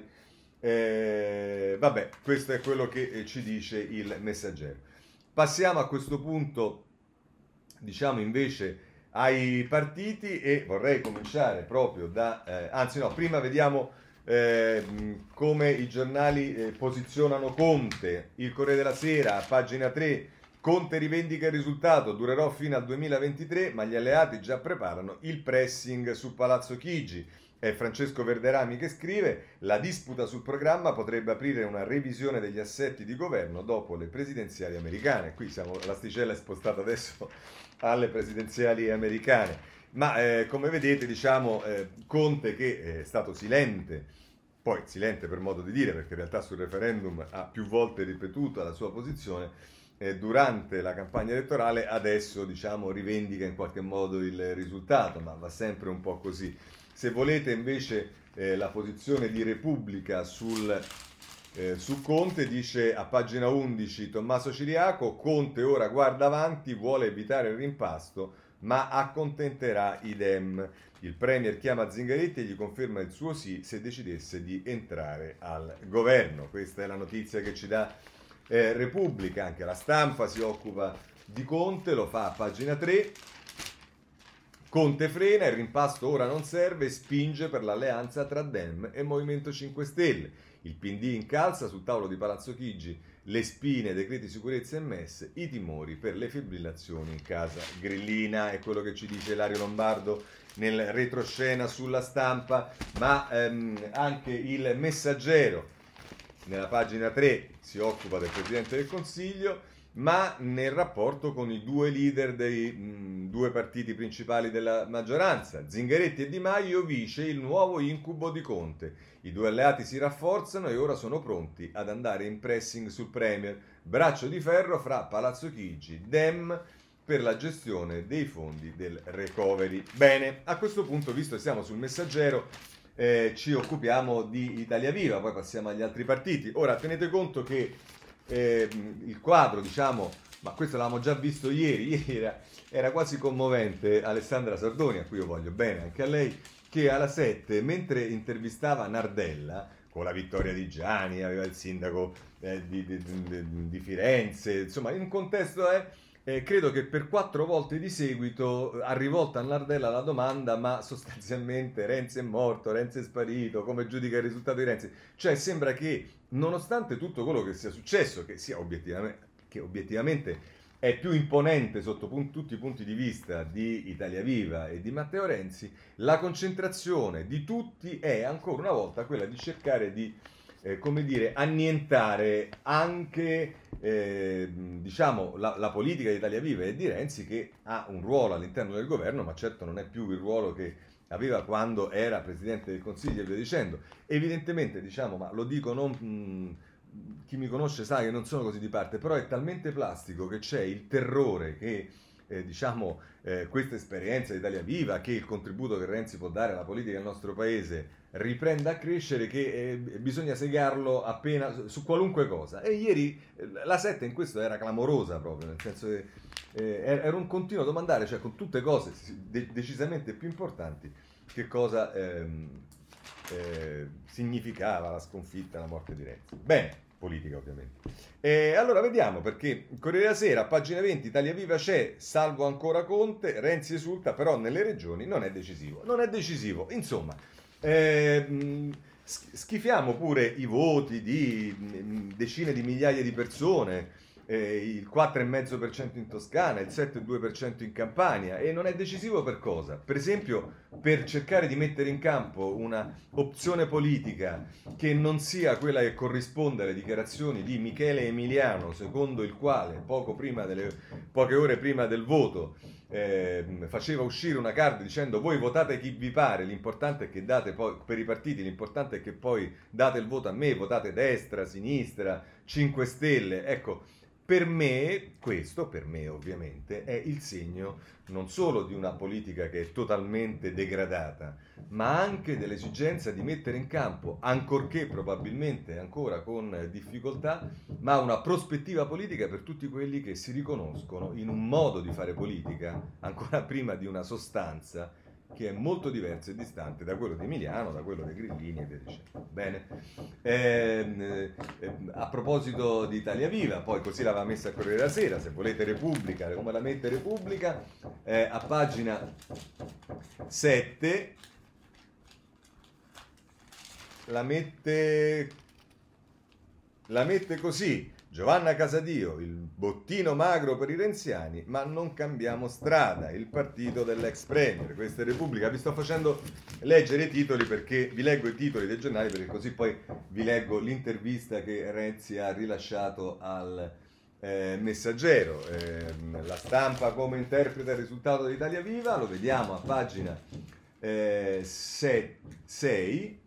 S1: Eh, vabbè, questo è quello che eh, ci dice il Messaggero. Passiamo a questo punto, diciamo invece, ai partiti, e vorrei cominciare proprio da, eh, anzi no, prima vediamo eh, come i giornali eh, posizionano Conte. Il Corriere della Sera, a pagina tre, Conte rivendica il risultato, durerò fino al duemilaventitré, ma gli alleati già preparano il pressing su Palazzo Chigi. È Francesco Verderami che scrive: la disputa sul programma potrebbe aprire una revisione degli assetti di governo dopo le presidenziali americane. Qui siamo, l'asticella è spostata adesso alle presidenziali americane, ma eh, come vedete, diciamo, eh, Conte, che è stato silente, poi silente per modo di dire, perché in realtà sul referendum ha più volte ripetuto la sua posizione eh, durante la campagna elettorale, adesso, diciamo, rivendica in qualche modo il risultato, ma va sempre un po' così. Se volete invece eh, la posizione di Repubblica sul Eh, su Conte, dice a pagina undici Tommaso Ciriaco: Conte ora guarda avanti, vuole evitare il rimpasto, ma accontenterà i Dem. Il premier chiama Zingaretti e gli conferma il suo sì se decidesse di entrare al governo. Questa è la notizia che ci dà eh, Repubblica. Anche la Stampa si occupa di Conte, lo fa a pagina tre. Conte frena, il rimpasto ora non serve, spinge per l'alleanza tra Dem e Movimento cinque Stelle. Il P D incalza sul tavolo di Palazzo Chigi le spine, decreti sicurezza e M E S, i timori per le fibrillazioni in casa Grillina. È quello che ci dice Ilario Lombardo nel retroscena sulla Stampa, ma ehm, anche il Messaggero nella pagina tre si occupa del Presidente del Consiglio, ma nel rapporto con i due leader dei mh, due partiti principali della maggioranza, Zingaretti e Di Maio, vice il nuovo incubo di Conte. I due alleati si rafforzano e ora sono pronti ad andare in pressing sul Premier. Braccio di ferro fra Palazzo Chigi, Dem, per la gestione dei fondi del recovery. Bene, a questo punto, visto che siamo sul Messaggero, eh, ci occupiamo di Italia Viva, poi passiamo agli altri partiti. Ora, tenete conto che eh, il quadro, diciamo, ma questo l'avevamo già visto ieri, ieri era, era quasi commovente. Alessandra Sardoni, a cui io voglio bene, anche a lei, che alla sette, mentre intervistava Nardella, con la vittoria di Gianni, aveva il sindaco eh, di, di, di, di Firenze, insomma, in un contesto, eh, eh, credo che per quattro volte di seguito ha rivolto a Nardella la domanda: ma sostanzialmente Renzi è morto, Renzi è sparito, come giudica il risultato di Renzi? Cioè sembra che, nonostante tutto quello che sia successo, che sia obiettivamente, che obiettivamente è più imponente sotto pun- tutti i punti di vista di Italia Viva e di Matteo Renzi, la concentrazione di tutti è ancora una volta quella di cercare di, eh, come dire, annientare anche eh, diciamo la, la politica di Italia Viva e di Renzi, che ha un ruolo all'interno del governo, ma certo non è più il ruolo che aveva quando era Presidente del Consiglio e via dicendo. Evidentemente, diciamo, ma lo dico non... Mh, chi mi conosce sa che non sono così di parte, però è talmente plastico che c'è il terrore che eh, diciamo eh, questa esperienza di Italia Viva, che il contributo che Renzi può dare alla politica del nostro paese riprenda a crescere, che eh, bisogna segarlo appena su qualunque cosa. E ieri eh, la sette in questo era clamorosa, proprio nel senso che eh, era un continuo domandare, cioè con tutte cose de- decisamente più importanti, che cosa ehm, eh, significava la sconfitta, la morte di Renzi. Bene, politica ovviamente. E allora vediamo, perché Corriere della Sera, pagina venti, Italia Viva c'è, salvo ancora Conte, Renzi esulta, però nelle regioni non è decisivo. Non è decisivo, insomma, eh, schifiamo pure i voti di decine di migliaia di persone, eh, il quattro virgola cinque per cento in Toscana, il sette virgola due per cento in Campania, e non è decisivo per cosa? Per esempio per cercare di mettere in campo una opzione politica che non sia quella che corrisponde alle dichiarazioni di Michele Emiliano, secondo il quale poco prima delle, poche ore prima del voto eh, faceva uscire una card dicendo: voi votate chi vi pare, l'importante è che date poi, per i partiti l'importante è che poi date il voto a me, votate destra, sinistra, cinque Stelle. Ecco, Per me, questo per me ovviamente, è il segno non solo di una politica che è totalmente degradata, ma anche dell'esigenza di mettere in campo, ancorché probabilmente ancora con difficoltà, ma una prospettiva politica per tutti quelli che si riconoscono in un modo di fare politica, ancora prima di una sostanza, che è molto diverso e distante da quello di Emiliano, da quello dei Grillini e via dicendo. Bene. Ehm, eh, a proposito di Italia Viva, poi così l'aveva messa a Corriere della Sera, se volete Repubblica, come la mette Repubblica, eh, a pagina sette la mette, la mette così: Giovanna Casadio, il bottino magro per i renziani, ma non cambiamo strada, il partito dell'ex premier. Questa è Repubblica. Vi sto facendo leggere i titoli perché vi leggo i titoli dei giornali, perché così poi vi leggo l'intervista che Renzi ha rilasciato al eh, Messaggero. Eh, la Stampa come interpreta il risultato di Italia Viva, lo vediamo a pagina eh, sei.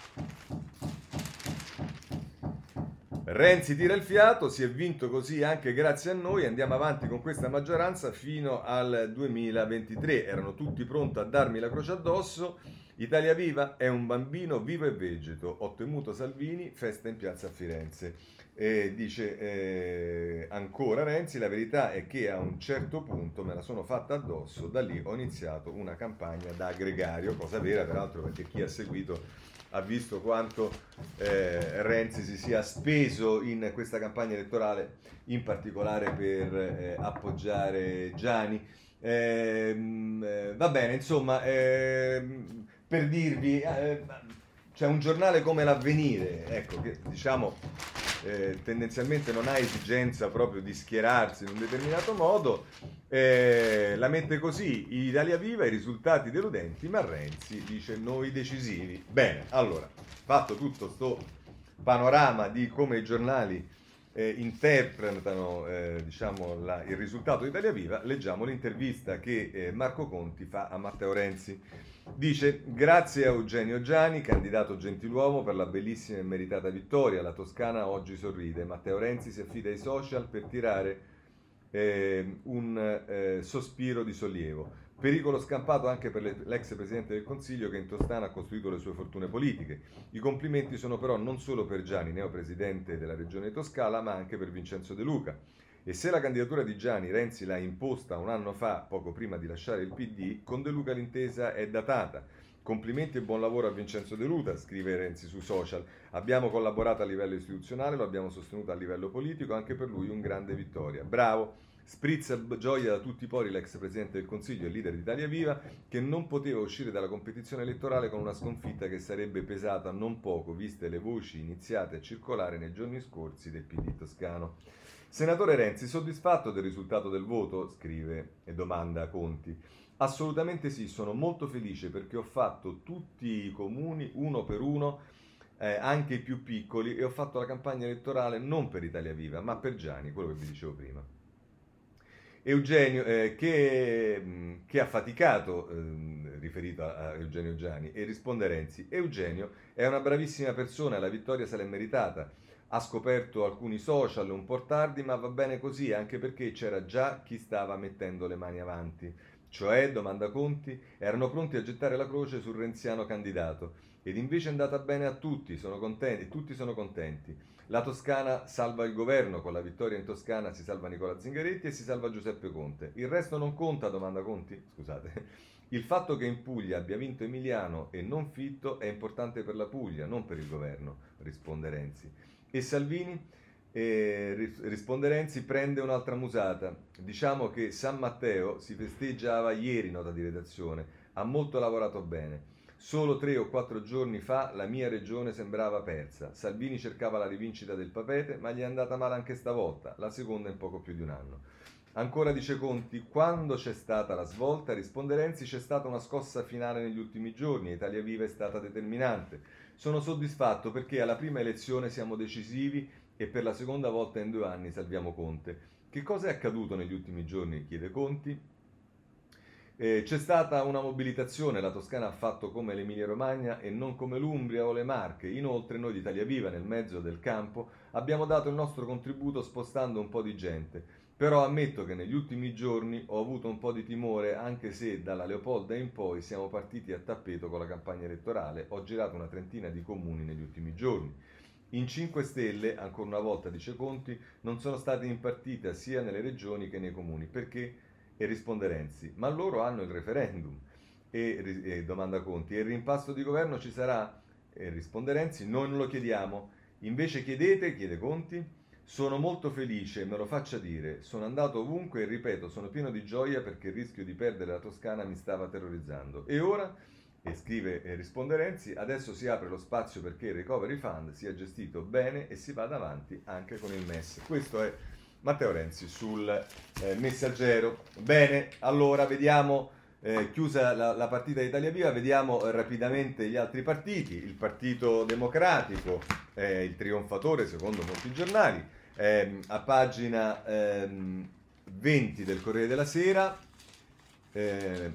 S1: Renzi tira il fiato, si è vinto così anche grazie a noi, andiamo avanti con questa maggioranza fino al duemilaventitré, erano tutti pronti a darmi la croce addosso, Italia Viva è un bambino vivo e vegeto, ho temuto Salvini, festa in piazza a Firenze. E dice eh, ancora Renzi, la verità è che a un certo punto me la sono fatta addosso, da lì ho iniziato una campagna da gregario, cosa vera peraltro perché chi ha seguito ha visto quanto eh, Renzi si sia speso in questa campagna elettorale, in particolare per eh, appoggiare Gianni. Eh, va bene, insomma, eh, per dirvi, eh, c'è un giornale come l'Avvenire, ecco, che diciamo eh, tendenzialmente non ha esigenza proprio di schierarsi in un determinato modo, eh, la mette così: Italia Viva, i risultati deludenti, ma Renzi dice noi decisivi. Bene, allora, fatto tutto sto panorama di come i giornali eh, interpretano eh, diciamo la, il risultato di Italia Viva, leggiamo l'intervista che eh, Marco Conti fa a Matteo Renzi. Dice: grazie a Eugenio Giani, candidato gentiluomo per la bellissima e meritata vittoria, la Toscana oggi sorride. Matteo Renzi si affida ai social per tirare eh, un eh, sospiro di sollievo. Pericolo scampato anche per l'ex Presidente del Consiglio che in Toscana ha costruito le sue fortune politiche. I complimenti sono però non solo per Giani, neopresidente della regione Toscana, ma anche per Vincenzo De Luca. E se la candidatura di Giani Renzi l'ha imposta un anno fa, poco prima di lasciare il P D, con De Luca l'intesa è datata. Complimenti e buon lavoro a Vincenzo De Luca, scrive Renzi su social. Abbiamo collaborato a livello istituzionale, lo abbiamo sostenuto a livello politico, anche per lui un grande vittoria. Bravo! Sprizza gioia da tutti i pori l'ex Presidente del Consiglio e leader di Italia Viva, che non poteva uscire dalla competizione elettorale con una sconfitta che sarebbe pesata non poco, viste le voci iniziate a circolare nei giorni scorsi del P D toscano. Senatore Renzi, soddisfatto del risultato del voto? Scrive e domanda Conti. Assolutamente sì, sono molto felice perché ho fatto tutti i comuni uno per uno, eh, anche i più piccoli, e ho fatto la campagna elettorale non per Italia Viva, ma per Giani, quello che vi dicevo prima. Eugenio, eh, che, che ha faticato, eh, riferito a, a Eugenio Giani, e risponde Renzi: Eugenio è una bravissima persona, la vittoria se l'è meritata. Ha scoperto alcuni social un po' tardi, ma va bene così, anche perché c'era già chi stava mettendo le mani avanti. Cioè, domanda Conti, erano pronti a gettare la croce sul renziano candidato. Ed invece è andata bene a tutti, sono contenti, tutti sono contenti. La Toscana salva il governo, con la vittoria in Toscana si salva Nicola Zingaretti e si salva Giuseppe Conte. Il resto non conta, domanda Conti? Scusate. Il fatto che in Puglia abbia vinto Emiliano e non Fitto è importante per la Puglia, non per il governo, risponde Renzi. E Salvini, eh, risponde Renzi, prende un'altra musata. Diciamo che San Matteo si festeggiava ieri, nota di redazione, ha molto lavorato bene. Solo tre o quattro giorni fa la mia regione sembrava persa. Salvini cercava la rivincita del Papete, ma gli è andata male anche stavolta, la seconda in poco più di un anno. Ancora dice Conti, quando c'è stata la svolta, risponde Renzi, c'è stata una scossa finale negli ultimi giorni, Italia Viva è stata determinante. Sono soddisfatto perché alla prima elezione siamo decisivi e per la seconda volta in due anni salviamo Conte. Che cosa è accaduto negli ultimi giorni? Chiede Conti. Eh, c'è stata una mobilitazione, la Toscana ha fatto come l'Emilia Romagna e non come l'Umbria o le Marche. Inoltre noi di Italia Viva nel mezzo del campo abbiamo dato il nostro contributo spostando un po' di gente, però ammetto che negli ultimi giorni ho avuto un po' di timore, anche se dalla Leopolda in poi siamo partiti a tappeto con la campagna elettorale, ho girato una trentina di comuni negli ultimi giorni. In cinque Stelle, ancora una volta dice Conti, non sono state in partita sia nelle regioni che nei comuni, perché? E risponde Renzi, ma loro hanno il referendum. E, e domanda Conti, e il rimpasto di governo ci sarà? E risponde Renzi, noi non lo chiediamo. Invece chiedete, chiede Conti, sono molto felice, me lo faccia dire, sono andato ovunque e ripeto, sono pieno di gioia perché il rischio di perdere la Toscana mi stava terrorizzando. E ora, e scrive e risponde Renzi, adesso si apre lo spazio perché il Recovery Fund sia gestito bene e si vada avanti anche con il M E S. Questo è Matteo Renzi sul eh, Messaggero. Bene, allora vediamo... Eh, chiusa la, la partita di Italia Viva, vediamo eh, rapidamente gli altri partiti. Il Partito Democratico è il trionfatore secondo molti giornali, eh, a pagina ehm, venti del Corriere della Sera. eh,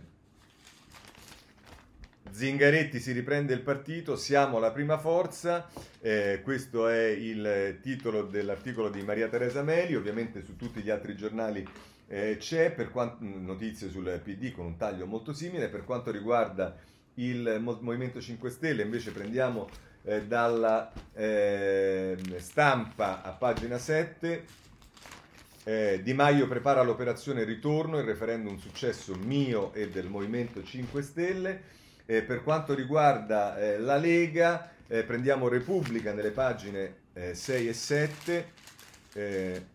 S1: Zingaretti si riprende il partito, siamo la prima forza, eh, questo è il titolo dell'articolo di Maria Teresa Meli, ovviamente su tutti gli altri giornali eh, c'è, per quanto, notizie sul P D con un taglio molto simile. Per quanto riguarda il Movimento cinque Stelle invece prendiamo eh, dalla eh, Stampa a pagina sette. Eh, Di Maio prepara l'operazione ritorno, il referendum successo mio e del Movimento cinque Stelle. Eh, per quanto riguarda eh, la Lega, eh, prendiamo Repubblica nelle pagine eh, sei e sette. Eh,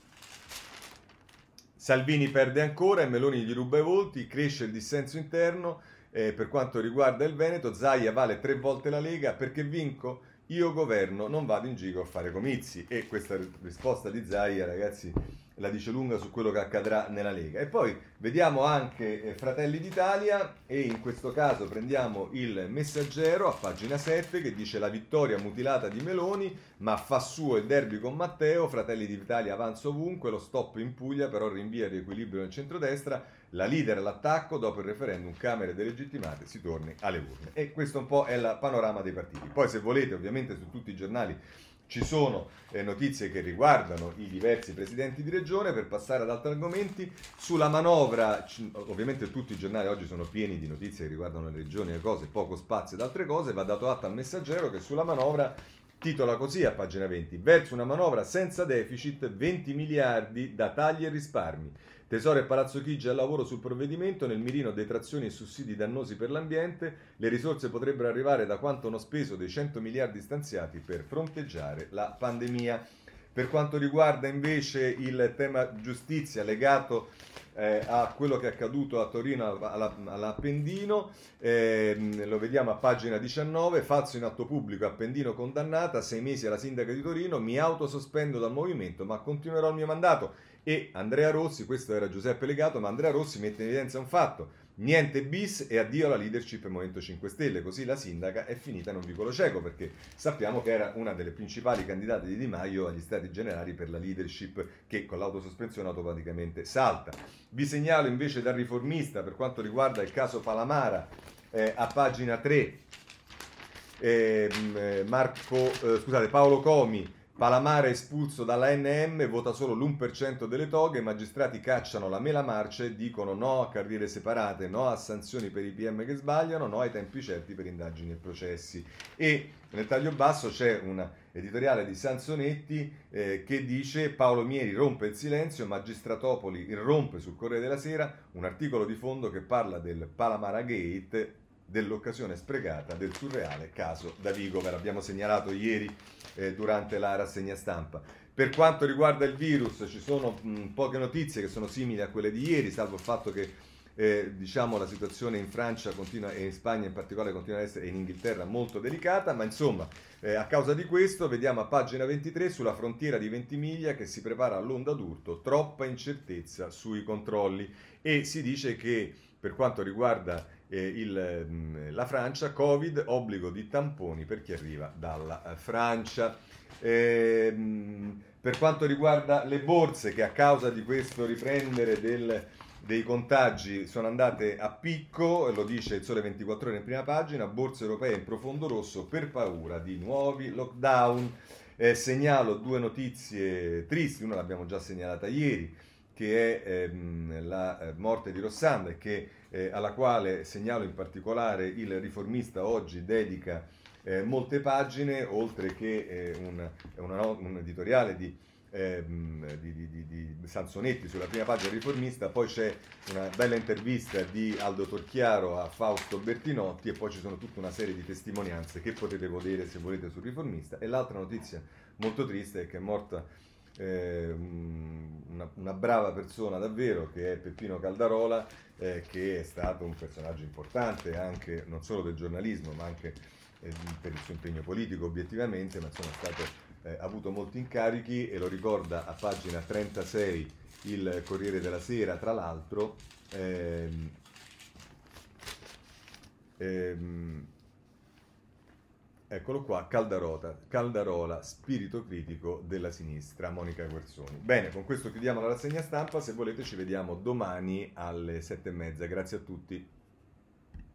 S1: Salvini perde ancora e Meloni gli ruba i voti, cresce il dissenso interno. Eh, per quanto riguarda il Veneto, Zaia vale tre volte la Lega, perché vinco? Io governo, non vado in giro a fare comizi. E questa risposta di Zaia, ragazzi, la dice lunga su quello che accadrà nella Lega. E poi vediamo anche eh, Fratelli d'Italia, e in questo caso prendiamo il Messaggero a pagina sette, che dice la vittoria mutilata di Meloni, ma fa suo il derby con Matteo, Fratelli d'Italia avanza ovunque, lo stop in Puglia però rinvia il riequilibrio nel centrodestra, la leader all'attacco, dopo il referendum Camere delegittimate, si torni alle urne. E questo un po' è il panorama dei partiti. Poi se volete, ovviamente su tutti i giornali ci sono eh, notizie che riguardano i diversi presidenti di regione. Per passare ad altri argomenti, sulla manovra, c- ovviamente tutti i giornali oggi sono pieni di notizie che riguardano le regioni e cose, poco spazio ed altre cose, va dato atto al Messaggero che sulla manovra titola così a pagina venti, verso una manovra senza deficit, venti miliardi da tagli e risparmi. Tesoro e Palazzo Chigi al lavoro sul provvedimento, nel mirino detrazioni e sussidi dannosi per l'ambiente, le risorse potrebbero arrivare da quanto non speso dei cento miliardi stanziati per fronteggiare la pandemia. Per quanto riguarda invece il tema giustizia legato eh, a quello che è accaduto a Torino alla, all'Appendino, eh, lo vediamo a pagina diciannove, falso in atto pubblico, Appendino condannata, sei mesi alla sindaca di Torino, mi autosospendo dal movimento ma continuerò il mio mandato. E Andrea Rossi, questo era Giuseppe Legato, ma Andrea Rossi mette in evidenza un fatto: niente bis e addio alla leadership Movimento cinque Stelle, così la sindaca è finita in un vicolo cieco, perché sappiamo che era una delle principali candidate di Di Maio agli stati generali per la leadership, che con l'autosospensione automaticamente salta. Vi segnalo invece dal Riformista, per quanto riguarda il caso Palamara, eh, a pagina tre, eh, Marco, eh, scusate, Paolo Comi, Palamara espulso dalla A N M, vota solo l'uno per cento delle toghe, i magistrati cacciano la mela marcia e dicono no a carriere separate, no a sanzioni per i P M che sbagliano, no ai tempi certi per indagini e processi. E nel taglio basso c'è un editoriale di Sansonetti eh, che dice Paolo Mieri rompe il silenzio, Magistratopoli irrompe sul Corriere della Sera, un articolo di fondo che parla del Palamara Gate, dell'occasione sprecata del surreale caso Davigo, ve l'abbiamo segnalato ieri eh, durante la rassegna stampa. Per quanto riguarda il virus ci sono mh, poche notizie che sono simili a quelle di ieri, salvo il fatto che eh, diciamo la situazione in Francia continua, e in Spagna in particolare continua ad essere, e in Inghilterra molto delicata, ma insomma eh, a causa di questo vediamo a pagina ventitré sulla frontiera di Ventimiglia che si prepara all'onda d'urto, troppa incertezza sui controlli, e si dice che per quanto riguarda eh, il, la Francia, Covid, obbligo di tamponi per chi arriva dalla eh, Francia. Eh, per quanto riguarda le borse, che a causa di questo riprendere del, dei contagi sono andate a picco, lo dice il Sole ventiquattro Ore in prima pagina, borse europee in profondo rosso per paura di nuovi lockdown. Eh, segnalo due notizie tristi, una l'abbiamo già segnalata ieri, che è ehm, la eh, morte di Rossanda, e che, eh, alla quale segnalo in particolare il Riformista oggi dedica eh, molte pagine, oltre che eh, un, una- un editoriale di, ehm, di, di- di- di Sansonetti sulla prima pagina del Riformista, poi c'è una bella intervista di Aldo Torchiaro a Fausto Bertinotti, e poi ci sono tutta una serie di testimonianze che potete vedere se volete sul Riformista. E l'altra notizia molto triste è che è morta eh, una, una brava persona davvero, che è Peppino Caldarola, eh, che è stato un personaggio importante anche non solo del giornalismo, ma anche eh, per il suo impegno politico obiettivamente, ma insomma è stato, eh, ha avuto molti incarichi, e lo ricorda a pagina trentasei il Corriere della Sera, tra l'altro. ehm, ehm, Eccolo qua, Caldarota, Caldarola, spirito critico della sinistra, Monica Guerzoni. Bene, con questo chiudiamo la rassegna stampa, se volete ci vediamo domani alle sette e mezza, grazie a tutti.